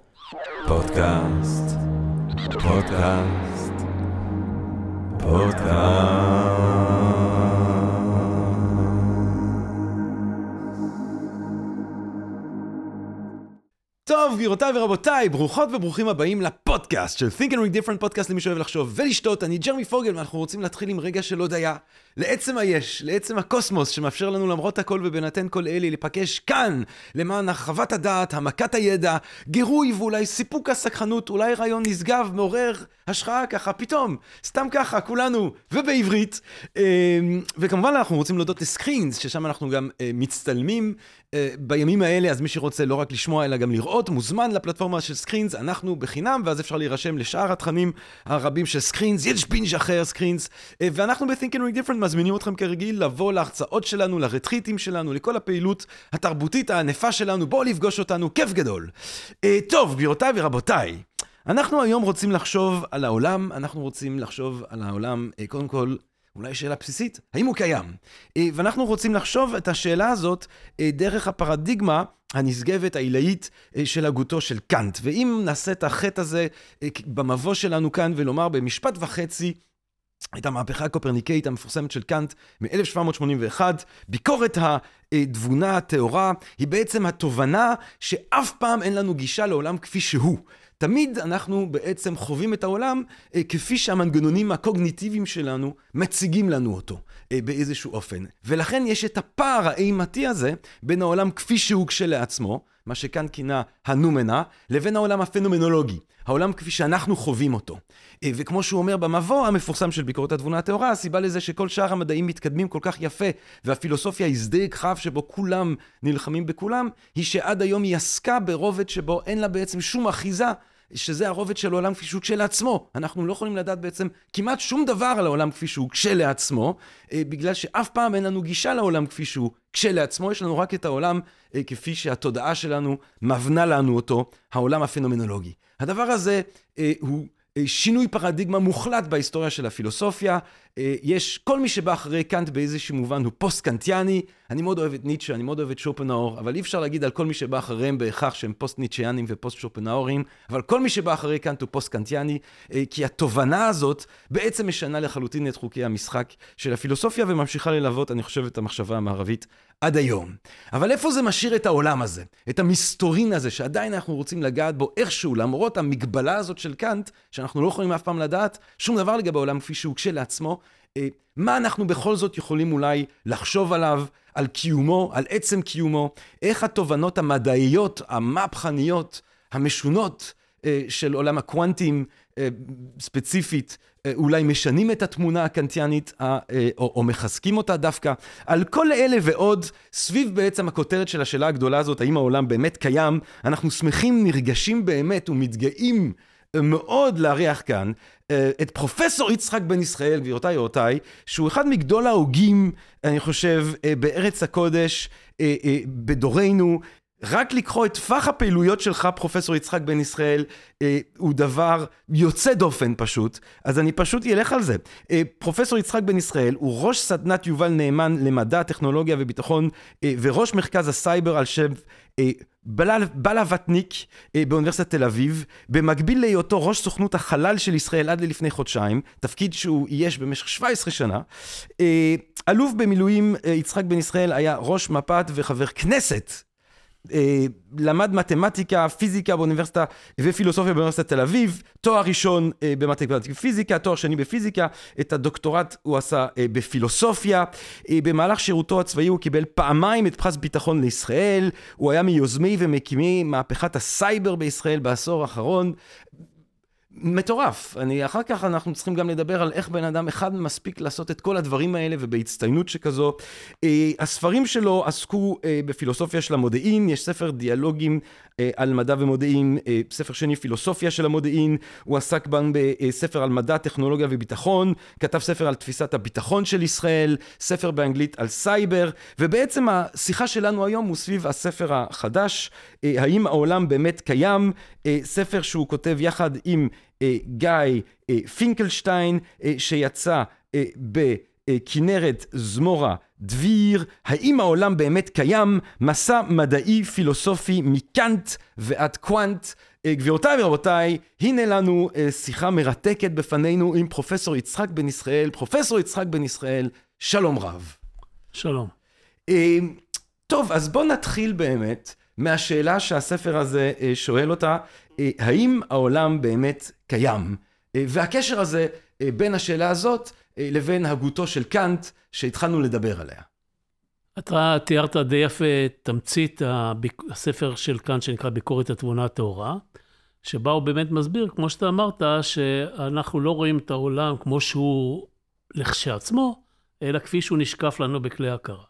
פודקאסט, פודקאסט, פודקאסט. טוב, גבירותיי ורבותיי, ברוכות וברוכים הבאים לפודקאסט של Think and Read Different, פודקאסט למי שאוהב לחשוב ולשתות. אני ג'רמי פוגל, ואנחנו רוצים להתחיל עם רגע של הודיה לעצם היש, לעצם הקוסמוס שמאפשר לנו למרות הכל ובנתן כל אלי לפגש כאן למען הרחבת הדעת, העמקת הידע, גירוי ואולי סיפוק הסקחנות, אולי רעיון נשגב, מעורר השחאה ככה, פתאום, סתם ככה, כולנו, ובעברית. וכמובן אנחנו רוצים להודות לסקרינס, ששם אנחנו גם מצטלמים בימים האלה, אז מי שרוצה לא רק לשמוע אלא גם לראות, מוזמן לפלטפורמה של סקרינס, אנחנו בחינם, ואז אפשר להירשם לשאר התכנים הרבים של סקרינס, יש בינג' אחר סקרינס, ואנחנו ב-Think and Read Different מזמינים אתכם כרגיל לבוא להרצאות שלנו, לרטריטים שלנו, לכל הפעילות התרבותית הענפה שלנו, בואו לפגוש אותנו, כיף גדול. טוב, גבירותיי ורבותיי, אנחנו היום רוצים לחשוב על העולם, קודם כל, אולי שאלה בסיסית, האם הוא קיים? ואנחנו רוצים לחשוב את השאלה הזאת דרך הפרדיגמה הנשגבת העילאית של הגותו של קאנט. ואם נעשה את החטא הזה במבוא שלנו כאן ולומר במשפט וחצי, את המהפכה הקופרניקאית המפורסמת של קאנט מ-1781, ביקורת התבונה הטהורה היא בעצם התובנה שאף פעם אין לנו גישה לעולם כפי שהוא. תמיד אנחנו בעצם חווים את העולם כפי שהמנגנונים הקוגניטיביים שלנו מציגים לנו אותו באיזשהו אופן. ולכן יש את הפער האימתי הזה בין העולם כפי שהוא כשלעצמו, מה שכאן כינה הנומנה, לבין העולם הפנומנולוגי, העולם כפי שאנחנו חווים אותו. וכמו שהוא אומר במבוא המפורסם של ביקורת התבונה הטהורה, הסיבה לזה שכל שאר המדעים מתקדמים כל כך יפה, והפילוסופיה היא שדה קרב שבו כולם נלחמים בכולם, היא שעד היום היא עסקה ברובד שבו אין לה בעצם שום אחיזה, שזה הרובד של העולם כפי שהוא כשלעצמו. אנחנו לא יכולים לדעת בעצם כמעט שום דבר על העולם כפי שהוא כשלעצמו, בגלל שאף פעם אין לנו גישה לעולם כפי שהוא כשלעצמו, יש לנו רק את העולם כפי שהתודעה שלנו מבנה לנו אותו, העולם הפנומנולוגי. הדבר הזה הוא שינוי פרדיגמה מוחלט בהיסטוריה של הפילוסופיה. יש כל מי שבא אחרי קאנט באיזשהו מובן הוא פוסט-קאנטיאני. אני מאוד אוהב את ניטשה, אני מאוד אוהב את שופנהאואר, אבל אי אפשר להגיד על כל מי שבא אחריהם בהכרח שהם פוסט-ניטשיאנים ופוסט-שופנהאוארים, אבל כל מי שבא אחרי קאנט הוא פוסט-קאנטיאני, כי התובנה הזאת בעצם משנה לחלוטין את חוקי המשחק של הפילוסופיה, וממשיכה ללוות, אני חושב, את המחשבה המערבית עד היום. אבל איפה זה משאיר את העולם הזה? את המסתורין הזה, שעדיין אנחנו רוצים לגעת בו איכשהו, למרות המגבלה הזאת של קאנט, שאנחנו לא יכולים אף פעם לדעת שום דבר לגבי העולם כפי שהוא כשלעצמו, מה אנחנו בכל זאת יכולים אולי לחשוב עליו, על קיומו, על עצם קיומו, איך התובנות המדעיות, המהפכניות, המשונות של עולם הקוונטים ספציפית, אולי משנים את התמונה הקנטיאנית או מחזקים אותה דווקא. על כל אלה ועוד, סביב בעצם הכותרת של השאלה הגדולה הזאת, האם העולם באמת קיים, אנחנו שמחים, נרגשים באמת ומתגאים מאוד להריח כאן את פרופסור יצחק בן ישראל, גבירותיי ורבותיי, שהוא אחד מגדול ההוגים, אני חושב, בארץ הקודש, בדורנו. רק לקרוא את טווח הפעילויות שלך, פרופסור יצחק בן ישראל, הוא דבר יוצא דופן פשוט, אז אני פשוט ילך על זה. פרופסור יצחק בן ישראל הוא ראש סדנת יובל נאמן למדע, טכנולוגיה וביטחון, וראש מרכז הסייבר על שם בלווטניק באוניברסיטת תל אביב, במקביל להיותו ראש סוכנות החלל של ישראל עד ללפני חודשיים, תפקיד שהוא יש במשך 17 שנה. אלוף במילואים יצחק בן ישראל היה ראש מפ"ת וחבר כנסת, למד מתמטיקה, פיזיקה באוניברסיטה ופילוסופיה באוניברסיטת תל אביב, תואר ראשון במתמטיקה ופיזיקה, תואר שני בפיזיקה, את הדוקטורט הוא עשה בפילוסופיה. במהלך שירותו הצבאי הוא קיבל פעמיים את פרס ביטחון לישראל, הוא היה מיוזמי ומקימי מהפכת הסייבר בישראל בעשור האחרון. מטורף. אחר כך אנחנו צריכים גם לדבר על איך בן אדם אחד מספיק לעשות את כל הדברים האלה ובהצטיינות שכזו. הספרים שלו עסקו בפילוסופיה של המודיעין, יש ספר דיאלוגים על מדע ומודיעין, ספר שני פילוסופיה של המודיעין, הוא עסק בספר על מדע, טכנולוגיה וביטחון, כתב ספר על תפיסת הביטחון של ישראל, ספר באנגלית על סייבר, ובעצם השיחה שלנו היום הוא סביב הספר החדש, האם העולם באמת קיים, ספר שהוא כותב יחד עם גיא פינקלשטיין, שיצא בכנרת זמורה דביר, האם העולם באמת קיים, מסע מדעי פילוסופי מקאנט ועד קוונט, גבירותיי ורבותיי, הנה לנו שיחה מרתקת בפנינו עם פרופסור יצחק בן ישראל. פרופסור יצחק בן ישראל, שלום רב. שלום. טוב, אז בוא נתחיל באמת מהשאלה שהספר הזה שואל אותה, האם העולם באמת קיים? והקשר הזה בין השאלה הזאת לבין הגותו של קאנט שהתחלנו לדבר עליה. אתה תיארת די יפה תמצית הספר של קאנט שנקרא ביקורת התבונה הטהורה, שבה הוא באמת מסביר, כמו שאתה אמרת, שאנחנו לא רואים את העולם כמו שהוא לכשעצמו, אלא כפי שהוא נשקף לנו בכלי הכרה.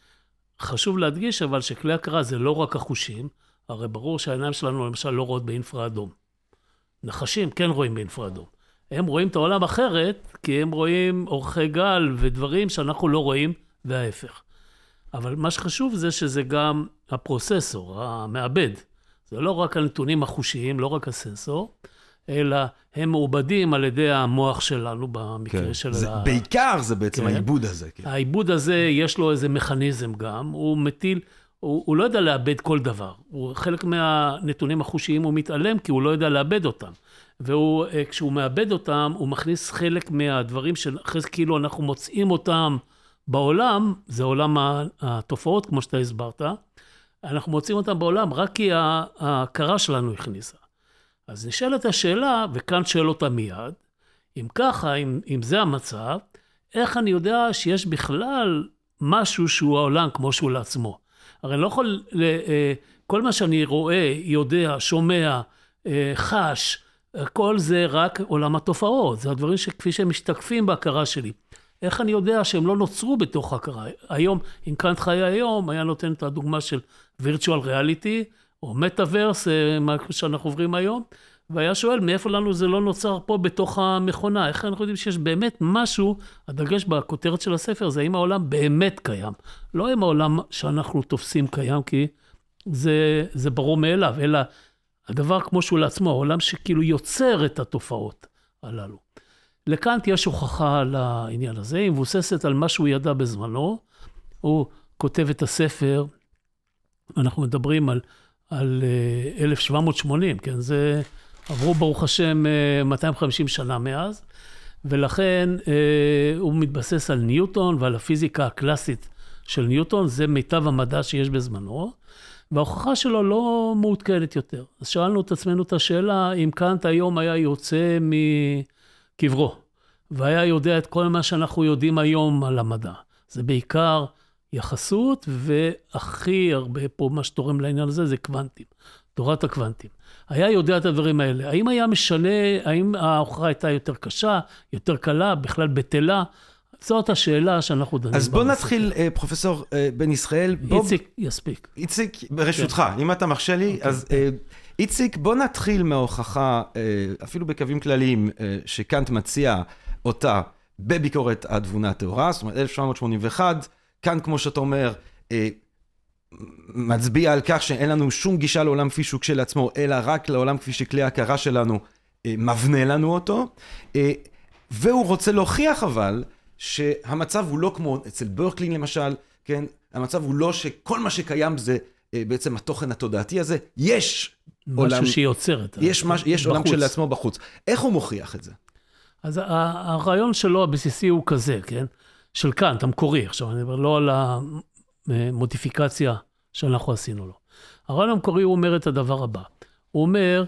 חשוב להדגיש אבל שכלי הכרה זה לא רק החושים, הרי ברור שהעיניים שלנו למשל לא רואות באינפרה אדום. נחשים כן רואים באינפרה אדום. הם רואים את העולם אחרת, כי הם רואים אורכי גל ודברים שאנחנו לא רואים, וההפך. אבל מה שחשוב זה שזה גם הפרוססור, המעבד. זה לא רק הנתונים החושיים, לא רק הסנסור, אלא הם מעובדים על ידי המוח שלנו במקרה כן. של בעיקר זה בעצם כן. העיבוד הזה. כן. העיבוד הזה יש לו איזה מכניזם גם, הוא מטיל, הוא לא יודע לאבד כל דבר. חלק מהנתונים החושיים הוא מתעלם כי הוא לא יודע לאבד אותם. וכשהוא מאבד אותם, הוא מכניס חלק מהדברים שאחרי זה כאילו אנחנו מוצאים אותם בעולם, זה עולם התופעות כמו שאתה הסברת, אנחנו מוצאים אותם בעולם רק כי ההכרה שלנו הכניסה. אז נשאלת השאלה, וכאן שואל אותה מיד, אם ככה, אם זה המצב, איך אני יודע שיש בכלל משהו שהוא העולם כמו שהוא לעצמו? הרי אני לא יכול, כל מה שאני רואה, יודע, שומע, חש, כל זה רק עולם התופעות, זה הדברים שכפי שהם משתקפים בהכרה שלי. איך אני יודע שהם לא נוצרו בתוך ההכרה? היום, אם קאנט חיה היום, היה נותן את הדוגמה של virtual reality, או metaverse, מה שאנחנו עוברים היום, והיה שואל, מאיפה לנו זה לא נוצר פה בתוך המכונה? איך אנחנו יודעים שיש באמת משהו, הדגש בכותרת של הספר, זה האם העולם באמת קיים. לא אם העולם שאנחנו תופסים קיים, כי זה ברור מאליו, אלא הדבר כמו שהוא לעצמו, העולם שכאילו יוצר את התופעות הללו. לקאנט יש הוכחה לעניין הזה, היא מבוססת על מה שהוא ידע בזמנו, הוא כותב את הספר, אנחנו מדברים על 1780, כן, זה עברו ברוך השם 250 שנה מאז, ולכן הוא מתבסס על ניוטון ועל הפיזיקה הקלאסית של ניוטון, זה מיטב המדע שיש בזמנו, וההוכחה שלו לא מעודכנת יותר. אז שאלנו את עצמנו את השאלה, אם קאנט היום היה יוצא מקברו, והיה יודע את כל מה שאנחנו יודעים היום על המדע. זה בעיקר יחסות, והכי הרבה פה מה שתורם לעניין הזה זה קוונטים, תורת הקוונטים. היה יודע את הדברים האלה. האם היה משנה, האם ההוכחה הייתה יותר קשה, יותר קלה, בכלל בטלה? זאת השאלה שאנחנו דנים. אז בוא נתחיל, פרופסור בן ישראל. איציק יספיק. איציק, ברשותך, אם אתה מרשה לי, אז איציק, בוא נתחיל מההוכחה, אפילו בקווים כלליים, שקאנט מציע אותה בביקורת התבונה הטהורה, זאת אומרת 1781, קאנט, כמו שאתה אומר, מצביע על כך שאין לנו שום גישה לעולם כפי שהוא כשלעצמו, אלא רק לעולם כפי שכלי ההכרה שלנו מבנה לנו אותו, והוא רוצה להוכיח אבל, שהמצב הוא לא כמו אצל ברקלי למשל, כן? המצב הוא לא שכל מה שקיים זה בעצם התוכן התודעתי הזה, יש עולם... משהו שיוצר את זה. יש עולם כשלעצמו בחוץ. איך הוא מוכיח את זה? אז הרעיון שלו הבסיסי הוא כזה, כן? של קאנט, המקורי, עכשיו אני אומר, לא על המודיפיקציה שאנחנו עשינו לו. הרעיון המקורי הוא אומר את הדבר הבא. הוא אומר,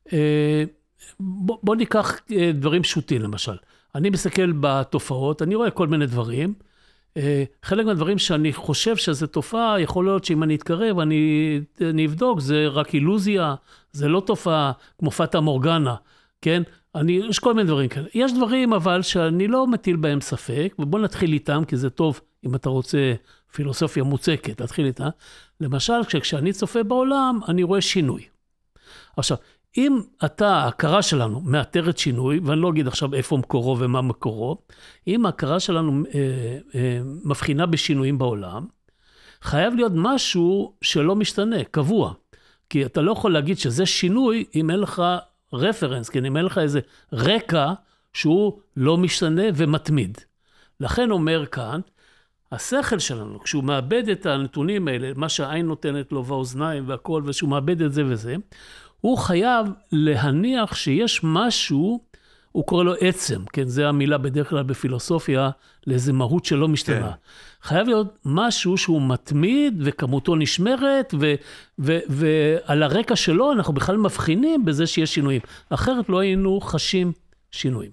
בוא ניקח דברים פשוטים למשל. אני מסתכל בתופעות, אני רואה כל מיני דברים, חלק מהדברים שאני חושב שזה תופעה, יכול להיות שאם אני אתקרב, אני אבדוק, זה רק אילוזיה, זה לא תופעה כמו פטה מורגנה, כן? יש כל מיני דברים כאלה. יש דברים אבל שאני לא מטיל בהם ספק, ובוא נתחיל איתם, כי זה טוב אם אתה רוצה פילוסופיה מוצקת, להתחיל איתה. למשל, כשאני צופה בעולם, אני רואה שינוי. עכשיו, אם ההכרה שלנו מאתרת שינוי, ואני לא אגיד עכשיו איפה מקורו ומה מקורו, אם ההכרה שלנו מבחינה בשינויים בעולם, חייב להיות משהו שלא משתנה, קבוע. כי אתה לא יכול להגיד שזה שינוי אם אין לך רפרנס, כי אם אין לך איזה רקע שהוא לא משתנה ומתמיד. לכן אומר כאן, השכל שלנו, כשהוא מאבד את הנתונים האלה, מה שהעין נותנת לו והאוזניים והכל, ושהוא מאבד את זה וזה, הוא חייב להניח שיש משהו, הוא קורא לו עצם, כן, זה המילה בדרך כלל בפילוסופיה, לאיזה מהות שלא משתנה. כן. חייב להיות משהו שהוא מתמיד, וכמותו נשמרת, ועל הרקע שלו אנחנו בכלל מבחינים בזה שיש שינויים. אחרת לא היינו חשים שינויים.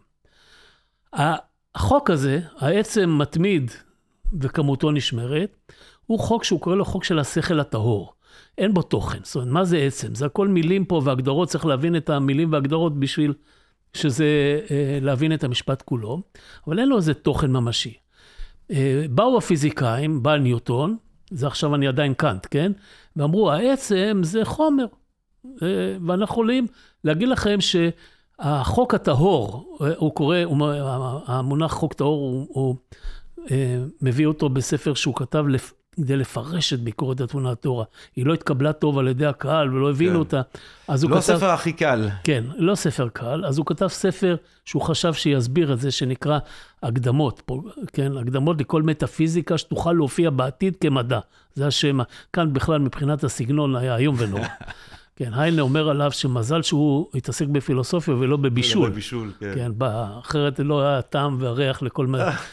החוק הזה, העצם מתמיד וכמותו נשמרת, הוא חוק שהוא קורא לו חוק של השכל הטהור. אין בו תוכן. זאת אומרת, מה זה עצם? זה הכל מילים פה והגדרות, צריך להבין את המילים והגדרות בשביל שזה להבין את המשפט כולו, אבל אין לו איזה תוכן ממשי. באו הפיזיקאים, בא ניוטון, זה עכשיו אני עדיין קאנט, כן? ואמרו, העצם זה חומר. ואנחנו יכולים להגיד לכם שהחוק הטהור, הוא קורא, המונח חוק טהור, הוא מביא אותו בספר שהוא כתב כדי לפרש את ביקורת התבונה הטהורה. היא לא התקבלה טוב על ידי הקהל ולא הבינו אותה. אז לא ספר הכי קל. כן, לא ספר קל. אז הוא כתב ספר שהוא חשב שיסביר את זה, שנקרא הקדמות. כן, הקדמות לכל מטאפיזיקה שתוכל להופיע בעתיד כמדע. זה השם. כאן בכלל מבחינת הסגנון היה היום ונורא. כן, היינה אומר עליו שמזל שהוא התעסק בפילוסופיה ולא בבישול. לא בבישול, כן. כן, אחרת לא היה טעם והריח לכל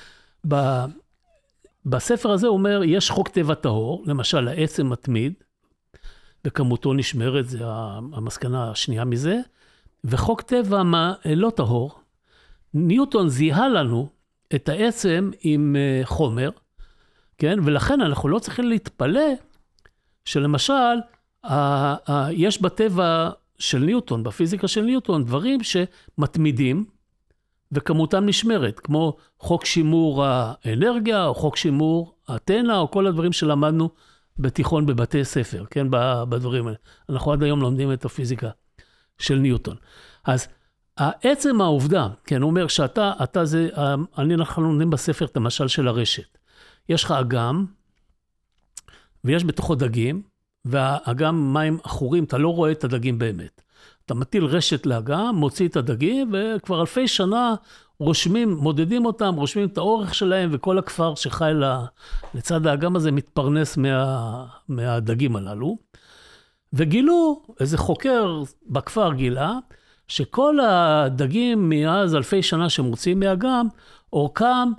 בספר הזה הוא אומר, יש חוק טבע טהור, למשל העצם מתמיד, וכמותו נשמרת, זה המסקנה השנייה מזה, וחוק טבע לא טהור. ניוטון זיהה לנו את העצם עם חומר, כן? ולכן אנחנו לא צריכים להתפלא שלמשל, יש בטבע של ניוטון, בפיזיקה של ניוטון, דברים שמתמידים, וכמותם נשמרת, כמו חוק שימור האנרגיה, או חוק שימור האתנה, או כל הדברים שלמדנו בתיכון בבתי ספר, כן, בדברים האלה. אנחנו עד היום לומדים את הפיזיקה של ניוטון. אז עצם העובדה, כן, הוא אומר שאתה זה, אנחנו לומדים בספר את המשל של הרשת. יש לך אגם, ויש בתוכו דגים, והאגם מים אחורים, אתה לא רואה את הדגים באמת. אתה מטיל רשת לאגם, מוציא את הדגים, וכבר אלפי שנה רושמים, מודדים אותם, רושמים את האורך שלהם, וכל הכפר שחי לצד האגם הזה מתפרנס מהדגים הללו. וגילו, איזה חוקר בכפר גילה, שכל הדגים מאז אלפי שנה שמוצאים מהאגם, אורכם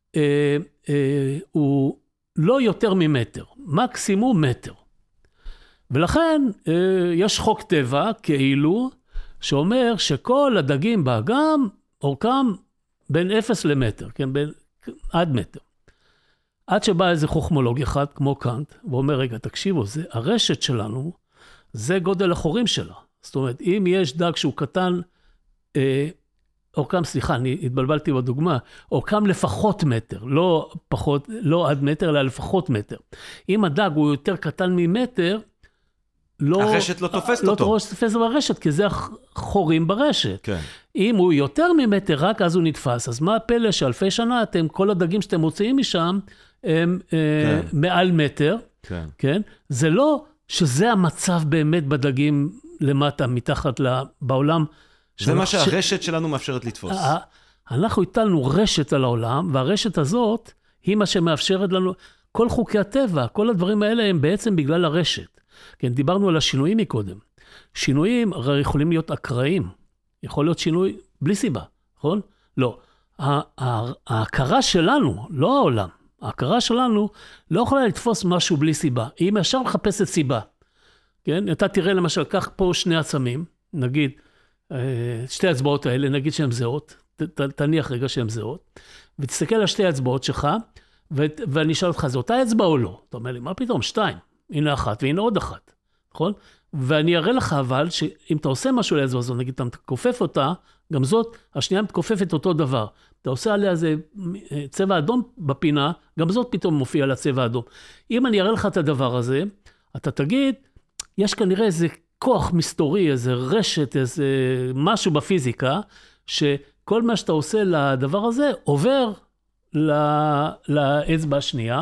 הוא לא יותר ממטר, מקסימום מטר. ולכן יש חוק טבע כאילו, שאומר שכל הדגים באגם אורכם בין 0 למטר, כן? עד מטר. עד שבא איזה חוכמולוג אחד כמו קאנט, ואומר, רגע, תקשיבו, הרשת שלנו, זה גודל החורים שלה. זאת אומרת, אם יש דג שהוא קטן, אורכם, סליחה, אני התבלבלתי בדוגמה, אורכם לפחות מטר, לא עד מטר, אלא לפחות מטר. אם הדג הוא יותר קטן ממטר, הרשת לא תופסת אותו. לא תופסת ברשת, כי זה חורים ברשת. כן. אם הוא יותר ממטר, רק אז הוא נתפס. אז מה הפלא שאלפי שנה, כל הדגים שאתם מוציאים משם, הם מעל מטר. כן. כן? זה לא שזה המצב באמת בדגים למטה, מתחת בעולם. זה מה שהרשת שלנו מאפשרת לתפוס. אנחנו הטלנו רשת על העולם, והרשת הזאת היא מה שמאפשרת לנו, כל חוקי הטבע, כל הדברים האלה הם בעצם בגלל הרשת. כן, דיברנו על השינויים מקודם. שינויים הרי יכולים להיות אקראיים. יכול להיות שינוי בלי סיבה, נכון? לא. ההכרה שלנו, לא העולם, ההכרה שלנו לא יכולה לתפוס משהו בלי סיבה. היא ישר מחפשת סיבה. כן? אתה תראה למשל, קח פה שני עצמים, נגיד, שתי האצבעות האלה, נגיד שהן זהות, תניח רגע שהן זהות, ותסתכל על שתי האצבעות שלך, ואני אשאל אותך, זה אותה אצבע או לא? אתה אומר לי, מה פתאום? 2. הנה אחת והנה עוד אחת, נכון? ואני אראה לך אבל שאם אתה עושה משהו לאצבע הזאת, נגיד אתה מתכופף אותה, גם זאת, השנייה מתכופפת אותו דבר. אתה עושה עליה איזה צבע אדום בפינה, גם זאת פתאום מופיע על הצבע האדום. אם אני אראה לך את הדבר הזה, אתה תגיד, יש כנראה איזה כוח מסתורי, איזה רשת, איזה משהו בפיזיקה, שכל מה שאתה עושה לדבר הזה עובר לאצבע השנייה,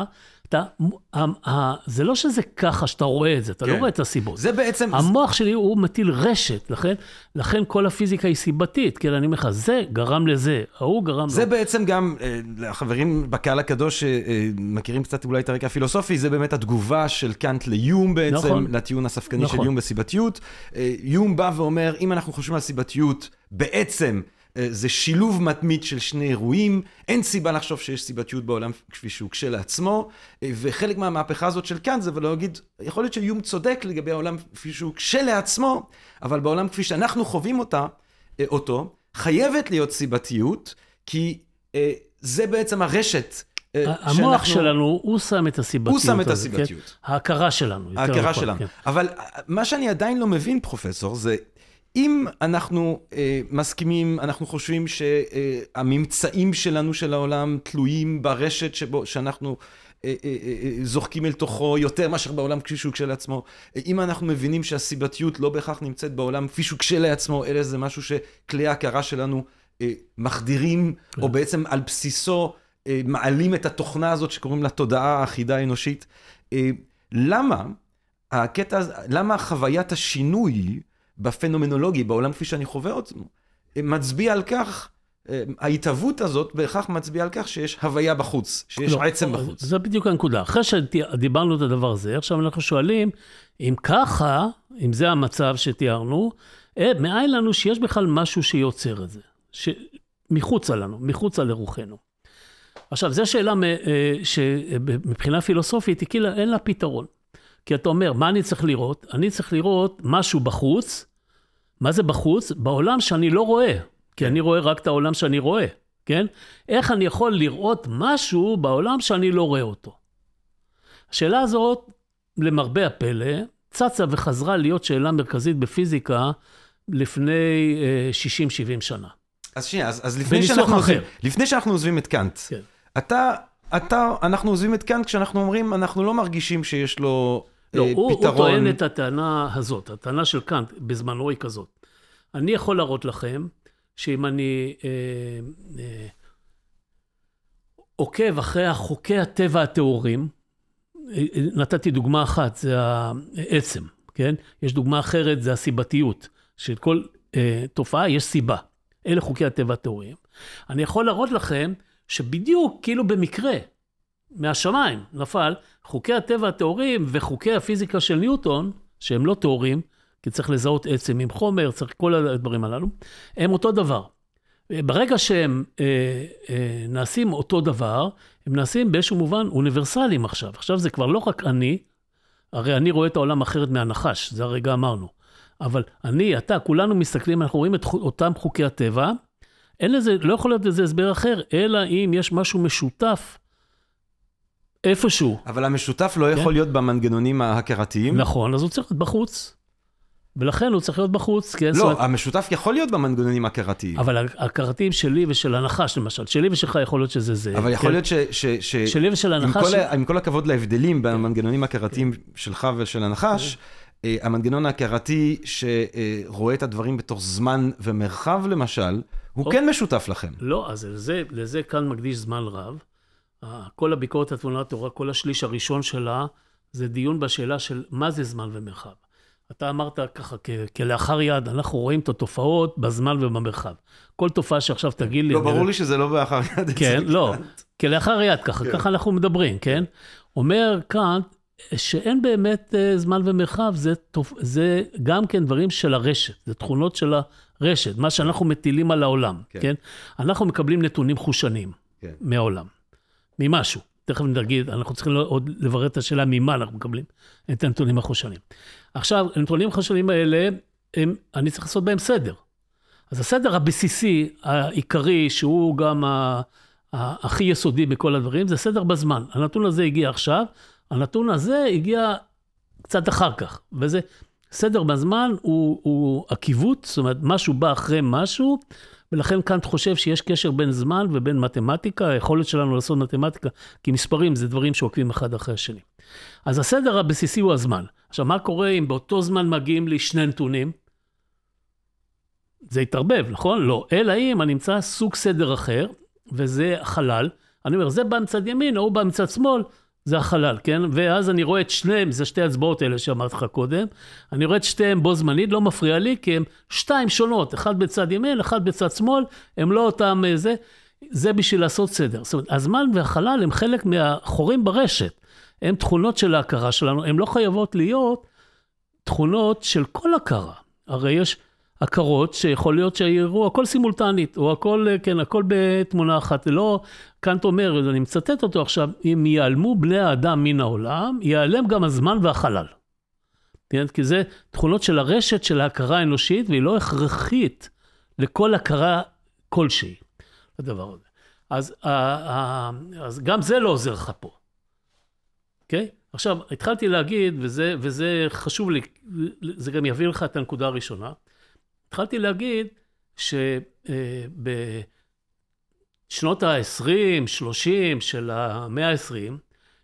זה לא שזה ככה שאתה רואה את זה, אתה לא רואה את הסיבות. זה בעצם... המוח שלי הוא מטיל רשת, לכן כל הפיזיקה היא סיבתית, כי אני אומר לך, זה גרם לזה, ההוא גרם זה בעצם גם, החברים בקהל הקדוש מכירים קצת אולי את הרקע הפילוסופי, זה באמת התגובה של קאנט ליום בעצם, לטיעון הספקני של יום בסיבתיות. יום בא ואומר, אם אנחנו חושבים על סיבתיות, בעצם זה שילוב מתמיד של שני אירועים, אין סיבה לחשוב שיש סיבתיות בעולם כפי שהוא כשלעצמו, וחלק מהמהפכה הזאת של קאנט זה ולהגיד, יכול להיות שיום צודק לגבי העולם כפי שהוא כשלעצמו, אבל בעולם כפי שאנחנו חווים אותו, חייבת להיות סיבתיות, כי זה בעצם הרשת המוח שלנו, הוא שם את הסיבתיות. הוא שם את הסיבתיות. ההכרה שלנו. ההכרה שלנו. אבל מה שאני עדיין לא מבין, פרופסור, זה אם אנחנו מסכימים, אנחנו חושבים שהממצאים שלנו של העולם תלויים ברשת שאנחנו זוחקים אל תוכו יותר מאשר בעולם כפי שהוא כשלעצמו, אם אנחנו מבינים שהסיבתיות לא בהכרח נמצאת בעולם כפי שהוא כשלעצמו, אלא זה משהו שכלי ההכרה שלנו מחדירים, או בעצם על בסיסו מעלים את התוכנה הזאת שקוראים לה תודעה האחידה האנושית. למה חוויית השינוי בפנומנולוגי, בעולם כפי שאני חווה אותו, מצביע על כך, ההתהוות הזאת בהכרח מצביע על כך שיש הוויה בחוץ, שיש עצם בחוץ. זה בדיוק הנקודה. אחרי שדיברנו את הדבר הזה, עכשיו אנחנו שואלים, אם ככה, אם זה המצב שתיארנו, מאין לנו שיש בכלל משהו שיוצר את זה, מחוצה לנו, מחוצה לרוחנו. עכשיו, זו שאלה שמבחינה פילוסופית, כאילו אין לה פתרון. כי אתה אומר, מה אני צריך לראות? אני צריך לראות משהו בחוץ. מה זה בחוץ? בעולם שאני לא רואה. כי אני רואה רק את העולם שאני רואה. כן? איך אני יכול לראות משהו בעולם שאני לא רואה אותו? השאלה הזאת, למרבה הפלא, צצה וחזרה להיות שאלה מרכזית בפיזיקה לפני 60-70 שנה. אז שנייה, אז לפני שאנחנו עוזבים את קאנט, אנחנו עוזבים את קאנט כשאנחנו אומרים, אנחנו לא מרגישים שיש לו פתרון. הוא טוען את הטענה הזאת, הטענה של קאנט בזמנו היא כזאת. אני יכול להראות לכם, שאם אני עוקב אחרי חוקי הטבע התיאוריים, נתתי דוגמה אחת, זה העצם, כן? יש דוגמה אחרת, זה הסיבתיות, של כל תופעה יש סיבה. אלה חוקי הטבע התיאוריים. אני יכול להראות לכם שבדיוק, כאילו במקרה, מהשמיים נפל, חוקי הטבע התיאוריים וחוקי הפיזיקה של ניוטון, שהם לא תיאוריים, כי צריך לזהות עצם עם חומר, צריך כל הדברים הללו, הם אותו דבר. ברגע שהם נעשים אותו דבר, הם נעשים באיזשהו מובן אוניברסליים עכשיו. עכשיו זה כבר לא רק אני, הרי אני רואה את העולם אחרת מהנחש, זה הרגע אמרנו. אבל אני, אתה, כולנו מסתכלים, אנחנו רואים את אותם חוקי הטבע, אין לזה, לא יכול להיות לזה הסבר אחר, אלא אם יש משהו משותף איפשהו. אבל המשותף לא יכול להיות במנגנונים ההכרתיים? נכון, אז הוא צריך להיות בחוץ. ולכן הוא צריך להיות בחוץ. לא, המשותף יכול להיות במנגנונים ההכרתיים. אבל ההכרתיים שלי ושל הנחש, למשל, שלי ושלך יכול להיות שזה זה. אבל יכול להיות שלי ושל הנחש... עם כל הכבוד להבדלים במנגנונים ההכרתיים שלך ושל הנחש, המנגנון ההכרתי שרואה את הדברים בתוך זמן ומרחב, למשל, הוא כן משותף לכם. לא, אז לזה כאן מקדיש זמן רב. כל הביקורת התבונית התורה, כל השליש הראשון שלה, זה דיון בשאלה של מה זה זמן ומרחב. אתה אמרת ככה, כלאחר יד, אנחנו רואים את התופעות בזמן ובמרחב. כל תופעה שעכשיו תגיד לי... לא, ברור לי שזה לא באחר יד. כן, לא, כלאחר יד, ככה אנחנו מדברים, כן? אומר כאן, שאין באמת זמן ומרחב, זה גם כן דברים של הרשת, זה תכונות של הרשת, מה שאנחנו מטילים על העולם, כן? אנחנו מקבלים נתונים חושניים מהעולם, ממשהו. תכף נגיד, אנחנו צריכים עוד לברר את השאלה ממה אנחנו מקבלים את הנתונים החושניים. עכשיו, הנתונים החושניים האלה, אני צריך לעשות בהם סדר. אז הסדר הבסיסי, העיקרי, שהוא גם הכי יסודי בכל הדברים, זה סדר בזמן. הנתון הזה הגיע עכשיו, הנתון הזה הגיע קצת אחר כך, וזה סדר בזמן הוא עקיבות, זאת אומרת, משהו בא אחרי משהו, ולכן קאנט חושב שיש קשר בין זמן ובין מתמטיקה, היכולת שלנו לעשות מתמטיקה, כי מספרים זה דברים שעוקבים אחד אחרי השני. אז הסדר הבסיסי הוא הזמן. עכשיו, מה קורה אם באותו זמן מגיעים לי שני נתונים? זה יתערבב, נכון? לא. אלא אם אני אמצא סוג סדר אחר, וזה חלל. אני אומר, זה בא מצד ימין, או בא מצד שמאל, זה החלל, כן? ואז אני רואה את שניהם, זה שתי הצבעות האלה שאמרתי לך קודם, אני רואה את שתיהם בו זמנית, לא מפריע לי, כי הם שתיים שונות, אחד בצד ימין, אחד בצד שמאל, הם לא אותם זה בשביל לעשות סדר. זאת אומרת, הזמן והחלל הם חלק מהחורים ברשת, הם תכונות של ההכרה שלנו, הם לא חייבות להיות תכונות של כל הכרה. הרי יש הכרות שיכול להיות שיראו הכל סימולטנית, או הכל, כן, הכל בתמונה אחת. לא, קאנט אומר, אני מצטט אותו עכשיו, אם ייעלמו בני האדם מן העולם, ייעלם גם הזמן והחלל. כן? כי זה תכונות של הרשת של ההכרה האנושית, והיא לא הכרחית לכל הכרה כלשהי, הדבר הזה. אז גם זה לא עוזר לך פה. אוקיי? עכשיו, התחלתי להגיד, וזה חשוב לי, זה גם יביא לך את הנקודה הראשונה, התחלתי להגיד שבשנות ה-20, 30 של המאה ה-20,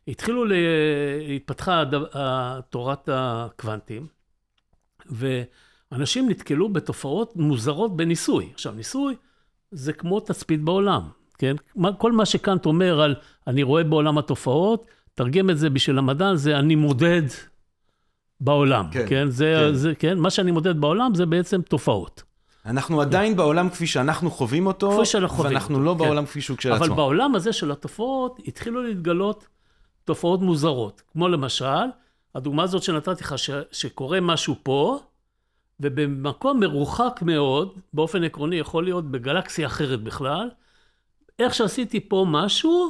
התפתחה תורת הקוונטים, ואנשים נתקלו בתופעות מוזרות בניסוי. עכשיו, ניסוי זה כמו תצפית בעולם, כן? כל מה שקאנט אומר על אני רואה בעולם התופעות, תרגם את זה בשביל המדען, זה אני מודד בעולם, כן? כן? מה שאני מודד בעולם זה בעצם תופעות. אנחנו עדיין בעולם כפי שאנחנו חווים אותו, ואנחנו לא בעולם כפי שהוא כשלעצמו. אבל בעולם הזה של התופעות, התחילו להתגלות תופעות מוזרות. כמו למשל, הדוגמה הזאת שנתתי לך, שקורה משהו פה, ובמקום מרוחק מאוד, באופן עקרוני יכול להיות בגלקסיה אחרת בכלל, איך שעשיתי פה משהו,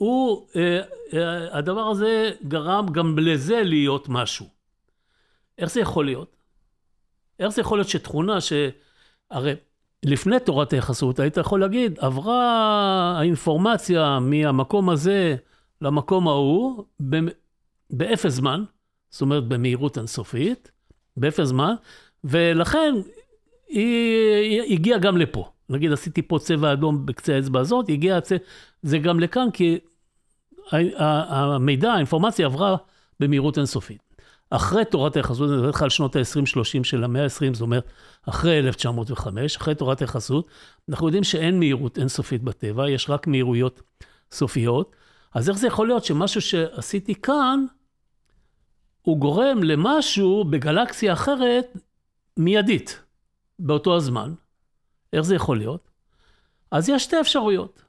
הדבר הזה גרם גם לזה להיות משהו. איך זה יכול להיות? איך זה יכול להיות שתכונה הרי לפני תורת היחסות, היית יכול להגיד, עברה האינפורמציה מהמקום הזה למקום ההוא, באפס זמן, זאת אומרת במהירות אינסופית, באפס זמן, ולכן היא הגיעה גם לפה. נגיד, עשיתי פה צבע אדום בקצה האצבע הזאת, זה גם לכאן, כי המידע, האינפורמציה עברה במהירות אינסופית. אחרי תורת היחסות, אני מדבר לך על שנות ה-20-30 של המאה ה-20, זאת אומרת, אחרי 1905, אחרי תורת היחסות, אנחנו יודעים שאין מהירות אינסופית בטבע, יש רק מהירויות סופיות, אז איך זה יכול להיות שמשהו שעשיתי כאן, הוא גורם למשהו בגלקסיה אחרת מיידית, באותו הזמן? איך זה יכול להיות? אז יש שתי אפשרויות.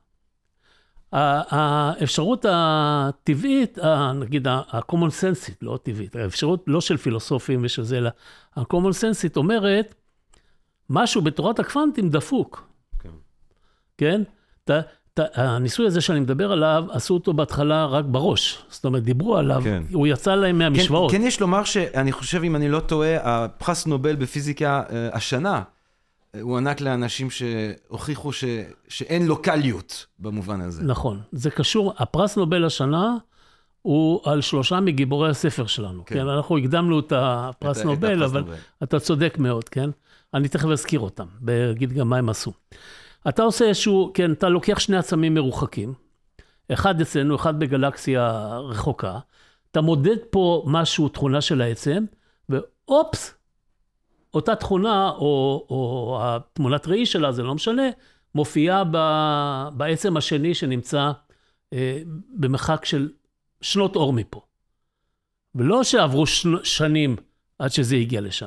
האפשרות הטבעית, נגיד ה-common sense, לא טבעית, האפשרות לא של פילוסופים ושל זה, אלא ה-common sense אומרת, משהו בתורת הקוונטים דפוק. כן? הניסוי הזה שאני מדבר עליו, עשו אותו בהתחלה רק בראש. זאת אומרת, דיברו עליו, הוא יצא להם מהמשוואות. כן, יש לומר שאני חושב, אם אני לא טועה, הפרס נובל בפיזיקה השנה, הוא ענק לאנשים שהוכיחו שאין לוקליות במובן הזה. נכון, זה קשור, הפרס נובל השנה הוא על 3 מגיבורי הספר שלנו. כן, אנחנו הקדמנו את הפרס נובל, אבל אתה צודק מאוד, כן? אני תכף אזכיר אותם, ואגיד גם מה הם עשו. אתה עושה איזשהו, כן, אתה לוקח 2 עצמים מרוחקים, אחד אצלנו, אחד בגלקסיה רחוקה, אתה מודד פה משהו, תכונה של העצם, ואופס, אותה תכונה, או התמונת ראי שלה, זה לא משנה, מופיעה בעצם השני שנמצא במרחק של שנות אור מפה. ולא שעברו שנים עד שזה הגיע לשם.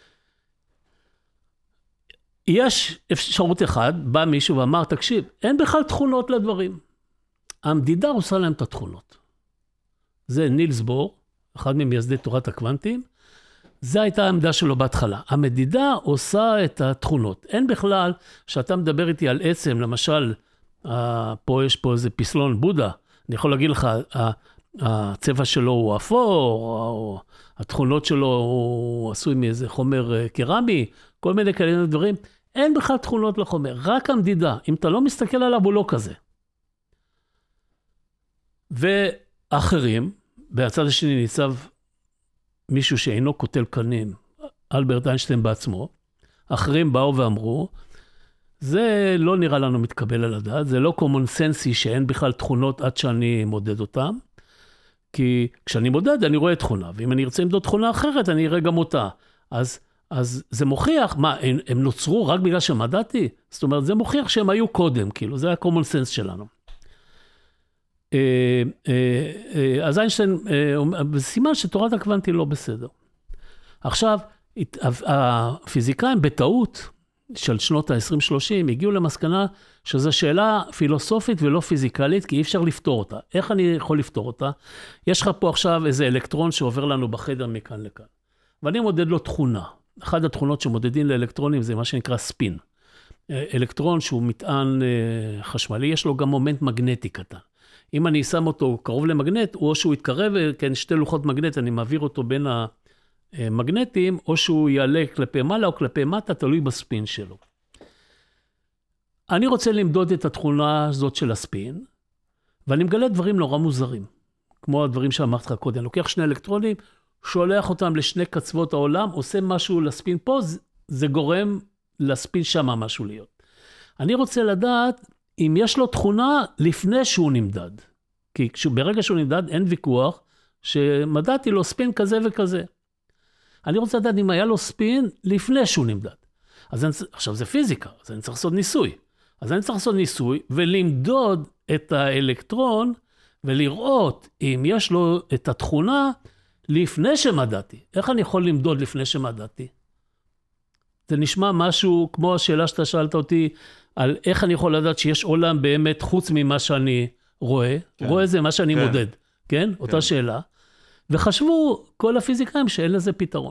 יש אפשרות אחד, בא מישהו ואמר, תקשיב, אין בכלל תכונות לדברים. המדידה עושה להם את התכונות. זה נילס בור, אחד ממייסדי תורת הקוונטים, זו הייתה העמדה שלו בהתחלה. המדידה עושה את התכונות. אין בכלל, שאתה מדבר איתי על עצם, למשל, פה יש פה איזה פסלון בודה, אני יכול להגיד לך, הצבע שלו הוא אפור, או התכונות שלו הוא עשוי מאיזה חומר קרמי, כל מיני כאלה דברים. אין בכלל תכונות לחומר, רק המדידה. אם אתה לא מסתכל עליו, הוא לא כזה. ואחרים, בצד השני ניצב מישהו שאינו קוטל קנים, אלברט איינשטיין בעצמו, אחרים באו ואמרו, זה לא נראה לנו מתקבל על הדעת, זה לא קומונסנסי שאין בכלל תכונות עד שאני מודד אותם, כי כשאני מודד אני רואה תכונה, ואם אני ארצה למדוד תכונה אחרת אני אראה גם אותה. אז זה מוכיח, מה, הם נוצרו רק בגלל שמדדתי? זאת אומרת, זה מוכיח שהם היו קודם, כאילו, זה ה-common sense שלנו. אז איינשטיין, בסימן שתורת הקוונטי לא בסדר. עכשיו, הפיזיקאים בטעות של שנות ה-20-30 הגיעו למסקנה שזו שאלה פילוסופית ולא פיזיקלית, כי אי אפשר לפתור אותה. איך אני יכול לפתור אותה? יש לך פה עכשיו איזה אלקטרון שעובר לנו בחדר מכאן לכאן. ואני מודד לו תכונה. אחת התכונות שמודדים לאלקטרונים זה מה שנקרא ספין. אלקטרון שהוא מטען חשמלי, יש לו גם מומנט מגנטי קטן. אם אני שם אותו קרוב למגנט, או שהוא יתקרב, כן, שתי לוחות מגנט, אני מעביר אותו בין המגנטים, או שהוא יעלה כלפי מעלה או כלפי מטה, תלוי בספין שלו. אני רוצה למדוד את התכונה הזאת של הספין, ואני מגלה דברים נורא מוזרים, כמו הדברים שאמרתי לך קודם. אני לוקח שני אלקטרונים, שולח אותם לשני קצוות העולם, עושה משהו לספין פה, זה גורם לספין שם משהו להיות. אני רוצה לדעת אם יש לו תכונה לפני שהוא נמדד. כי ברגע שהוא נמדד אין ויכוח שמדדתי לו ספין כזה וכזה. אני רוצה לדעת אם היה לו ספין לפני שהוא נמדד. עכשיו זה פיזיקה, אז אני צריך לעשות ניסוי. אז אני צריך לעשות ניסוי ולמדוד את האלקטרון ולראות אם יש לו את התכונה לפני שמדדתי. איך אני יכול למדוד לפני שמדדתי? זה נשמע משהו כמו השאלה שאתה שאלת אותי, על איך אני יכול לדעת שיש עולם באמת חוץ ממה שאני רואה. כן. רואה זה מה שאני מודד, כן? אותה שאלה. וחשבו כל הפיזיקאים שאין לזה פתרון.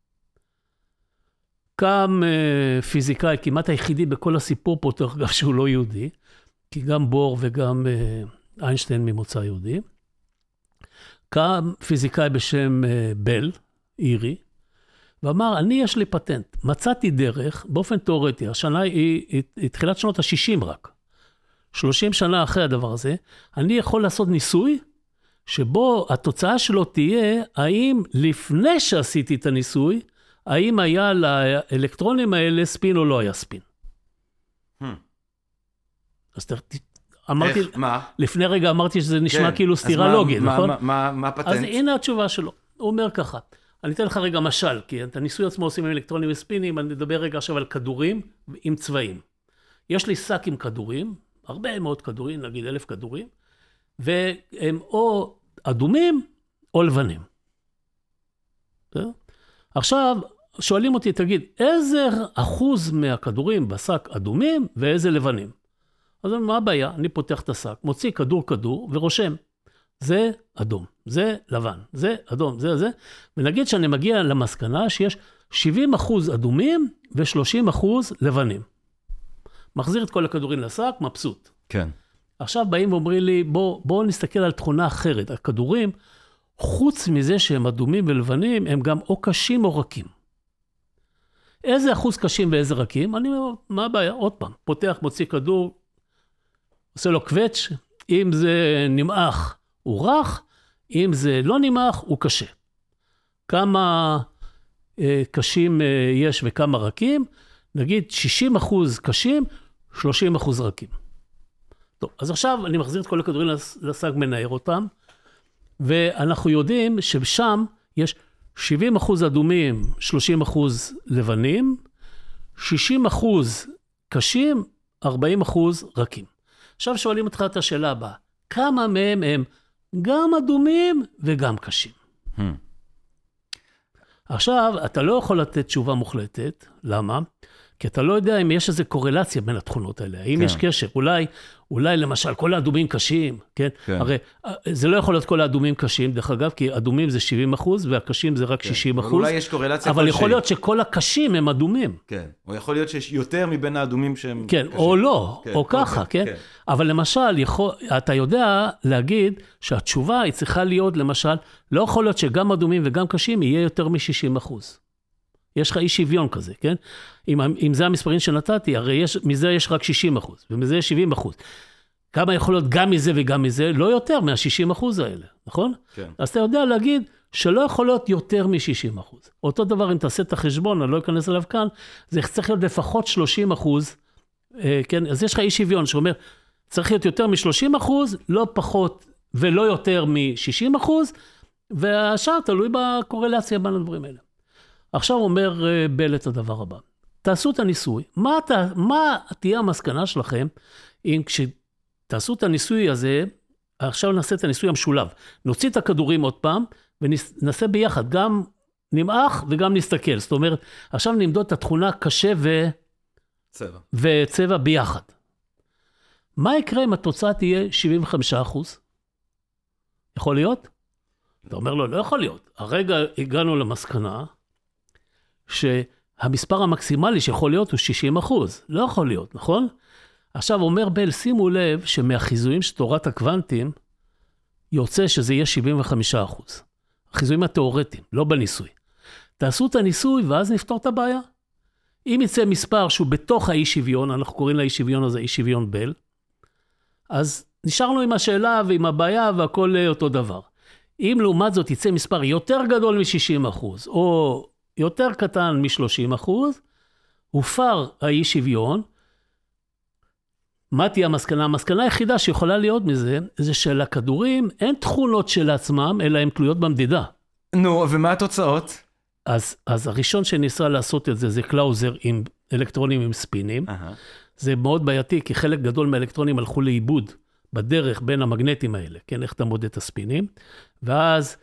קם פיזיקאי, כמעט היחידי בכל הסיפור פה, גם שהוא לא יהודי, כי גם בור וגם איינשטיין ממוצא יהודי. קם פיזיקאי בשם בל, אירי, ואמר, אני יש לי פטנט, מצאתי דרך, באופן תיאורטי, השנה היא תחילת שנות ה-60 רק, 30 שנה אחרי הדבר הזה, אני יכול לעשות ניסוי, שבו התוצאה שלו תהיה, האם לפני שעשיתי את הניסוי, האם היה לאלקטרונים האלה ספין או לא היה ספין. אז אמרתי, לפני רגע אמרתי שזה נשמע כאילו סתירה לוגית, נכון? מה הפטנט? אז הנה התשובה שלו, הוא אומר ככה, אני אתן לך רגע משל, כי את הניסוי עצמו עושים עם אלקטרונים וספינים, אני אדבר רגע עכשיו על כדורים עם צבעים. יש לי שק עם כדורים, הרבה מאוד כדורים, נגיד 1,000 כדורים, והם או אדומים או לבנים. עכשיו, שואלים אותי, תגיד, איזה אחוז מהכדורים בשק אדומים ואיזה לבנים? אז מה הבעיה? אני פותח את השק, מוציא כדור ורושם. זה אדום, זה לבן, זה אדום, זה. ונגיד שאני מגיע למסקנה שיש 70% אדומים ו30% לבנים. מחזיר את כל הכדורים לשק, מבסוט. כן. עכשיו באים ואומרים לי, בואו נסתכל על תכונה אחרת. הכדורים, חוץ מזה שהם אדומים ולבנים, הם גם או קשים או רכים. איזה אחוז קשים ואיזה רכים? אני אומר, מה הבעיה? עוד פעם, פותח, מוציא כדור, עושה לו קווץ', אם זה נמעך, הוא רך, אם זה לא נמעך, הוא קשה. כמה קשים יש וכמה רכים? נגיד 60% קשים, 30% רכים. טוב, אז עכשיו אני מחזיר את כל הכדורים לשק, מנער אותם, ואנחנו יודעים ששם יש 70% אדומים, 30% לבנים, 60% קשים, 40% רכים. עכשיו שואלים אותך את השאלה הבאה, כמה מהם הם גם אדומים וגם קשים? עכשיו, אתה לא יכול לתת תשובה מוחלטת, למה? כי אתה לא יודע אם יש איזו קורלציה בין התכונות האלה, האם יש קשר, אולי למשל כל האדומים קשים, כן? הרי זה לא יכול להיות כל האדומים קשים, דרך אגב, כי אדומים זה 70% והקשים זה רק 60%. אולי יש קורלציה אבל יכול להיות שכל הקשים הם אדומים. כן, או יכול להיות שיש יותר מבין האדומים שהם קשים. כן, או לא, או ככה, כן? אבל למשל, אתה יודע להגיד שהתשובה היא צריכה להיות, למשל, לא יכול להיות שגם אדומים וגם קשים יהיה יותר מ-60%. יש לך אי שוויון כזה, כן? אם זה המספרים שנתתי, הרי מזה יש רק 60%, ומזה יש 70%. כמה יכול להיות גם מזה וגם מזה? לא יותר מה-60% האלה, נכון? כן. אז אתה יודע להגיד שלא יכול להיות יותר מ-60%. אותו דבר, אם תעשה את החשבון, אני לא אכנס אליו כאן, זה צריך להיות לפחות 30%, כן? אז יש לך אי שוויון שאומר, צריך להיות יותר מ-30%, לא פחות ולא יותר מ-60%, והשאר תלוי בקורלציה בין הדברים האלה. עכשיו אומר בל את הדבר הבא. תעשו את הניסוי. מה תהיה המסקנה שלכם אם כשתעשו את הניסוי הזה, עכשיו נעשה את הניסוי המשולב. נוציא את הכדורים עוד פעם, ונעשה ביחד, גם נמעך וגם נסתכל. זאת אומרת, עכשיו נמדוד את התכונה קשה וצבע ביחד. מה יקרה אם התוצאה תהיה 75%? יכול להיות? אתה אומר לו, לא יכול להיות. הרגע הגענו למסקנה שהמספר המקסימלי שיכול להיות הוא 60%. לא יכול להיות, נכון? עכשיו אומר בל, שימו לב שמהחיזויים של תורת הקוונטים, יוצא שזה יהיה 75%. החיזויים התיאורטיים, לא בניסוי. תעשו את הניסוי ואז נפתור את הבעיה. אם יצא מספר שהוא בתוך האי שוויון, אנחנו קוראים לאי שוויון הזה אי שוויון בל, אז נשארנו עם השאלה ועם הבעיה והכל אותו דבר. אם לעומת זאת יצא מספר יותר גדול מ-60%, או יותר קטן מ-30%, הופר האי שוויון, מה תהיה המסקנה? המסקנה היחידה שיכולה להיות מזה, זה שלכדורים אין תכונות של עצמם, אלא הן תלויות במדידה. נו, ומה התוצאות? אז הראשון שניסה לעשות את זה, זה קלאוזר עם אלקטרונים עם ספינים. זה מאוד בעייתי, כי חלק גדול מהאלקטרונים הלכו לאיבוד בדרך בין המגנטים האלה, כן, איך אתה מודד את הספינים, ואז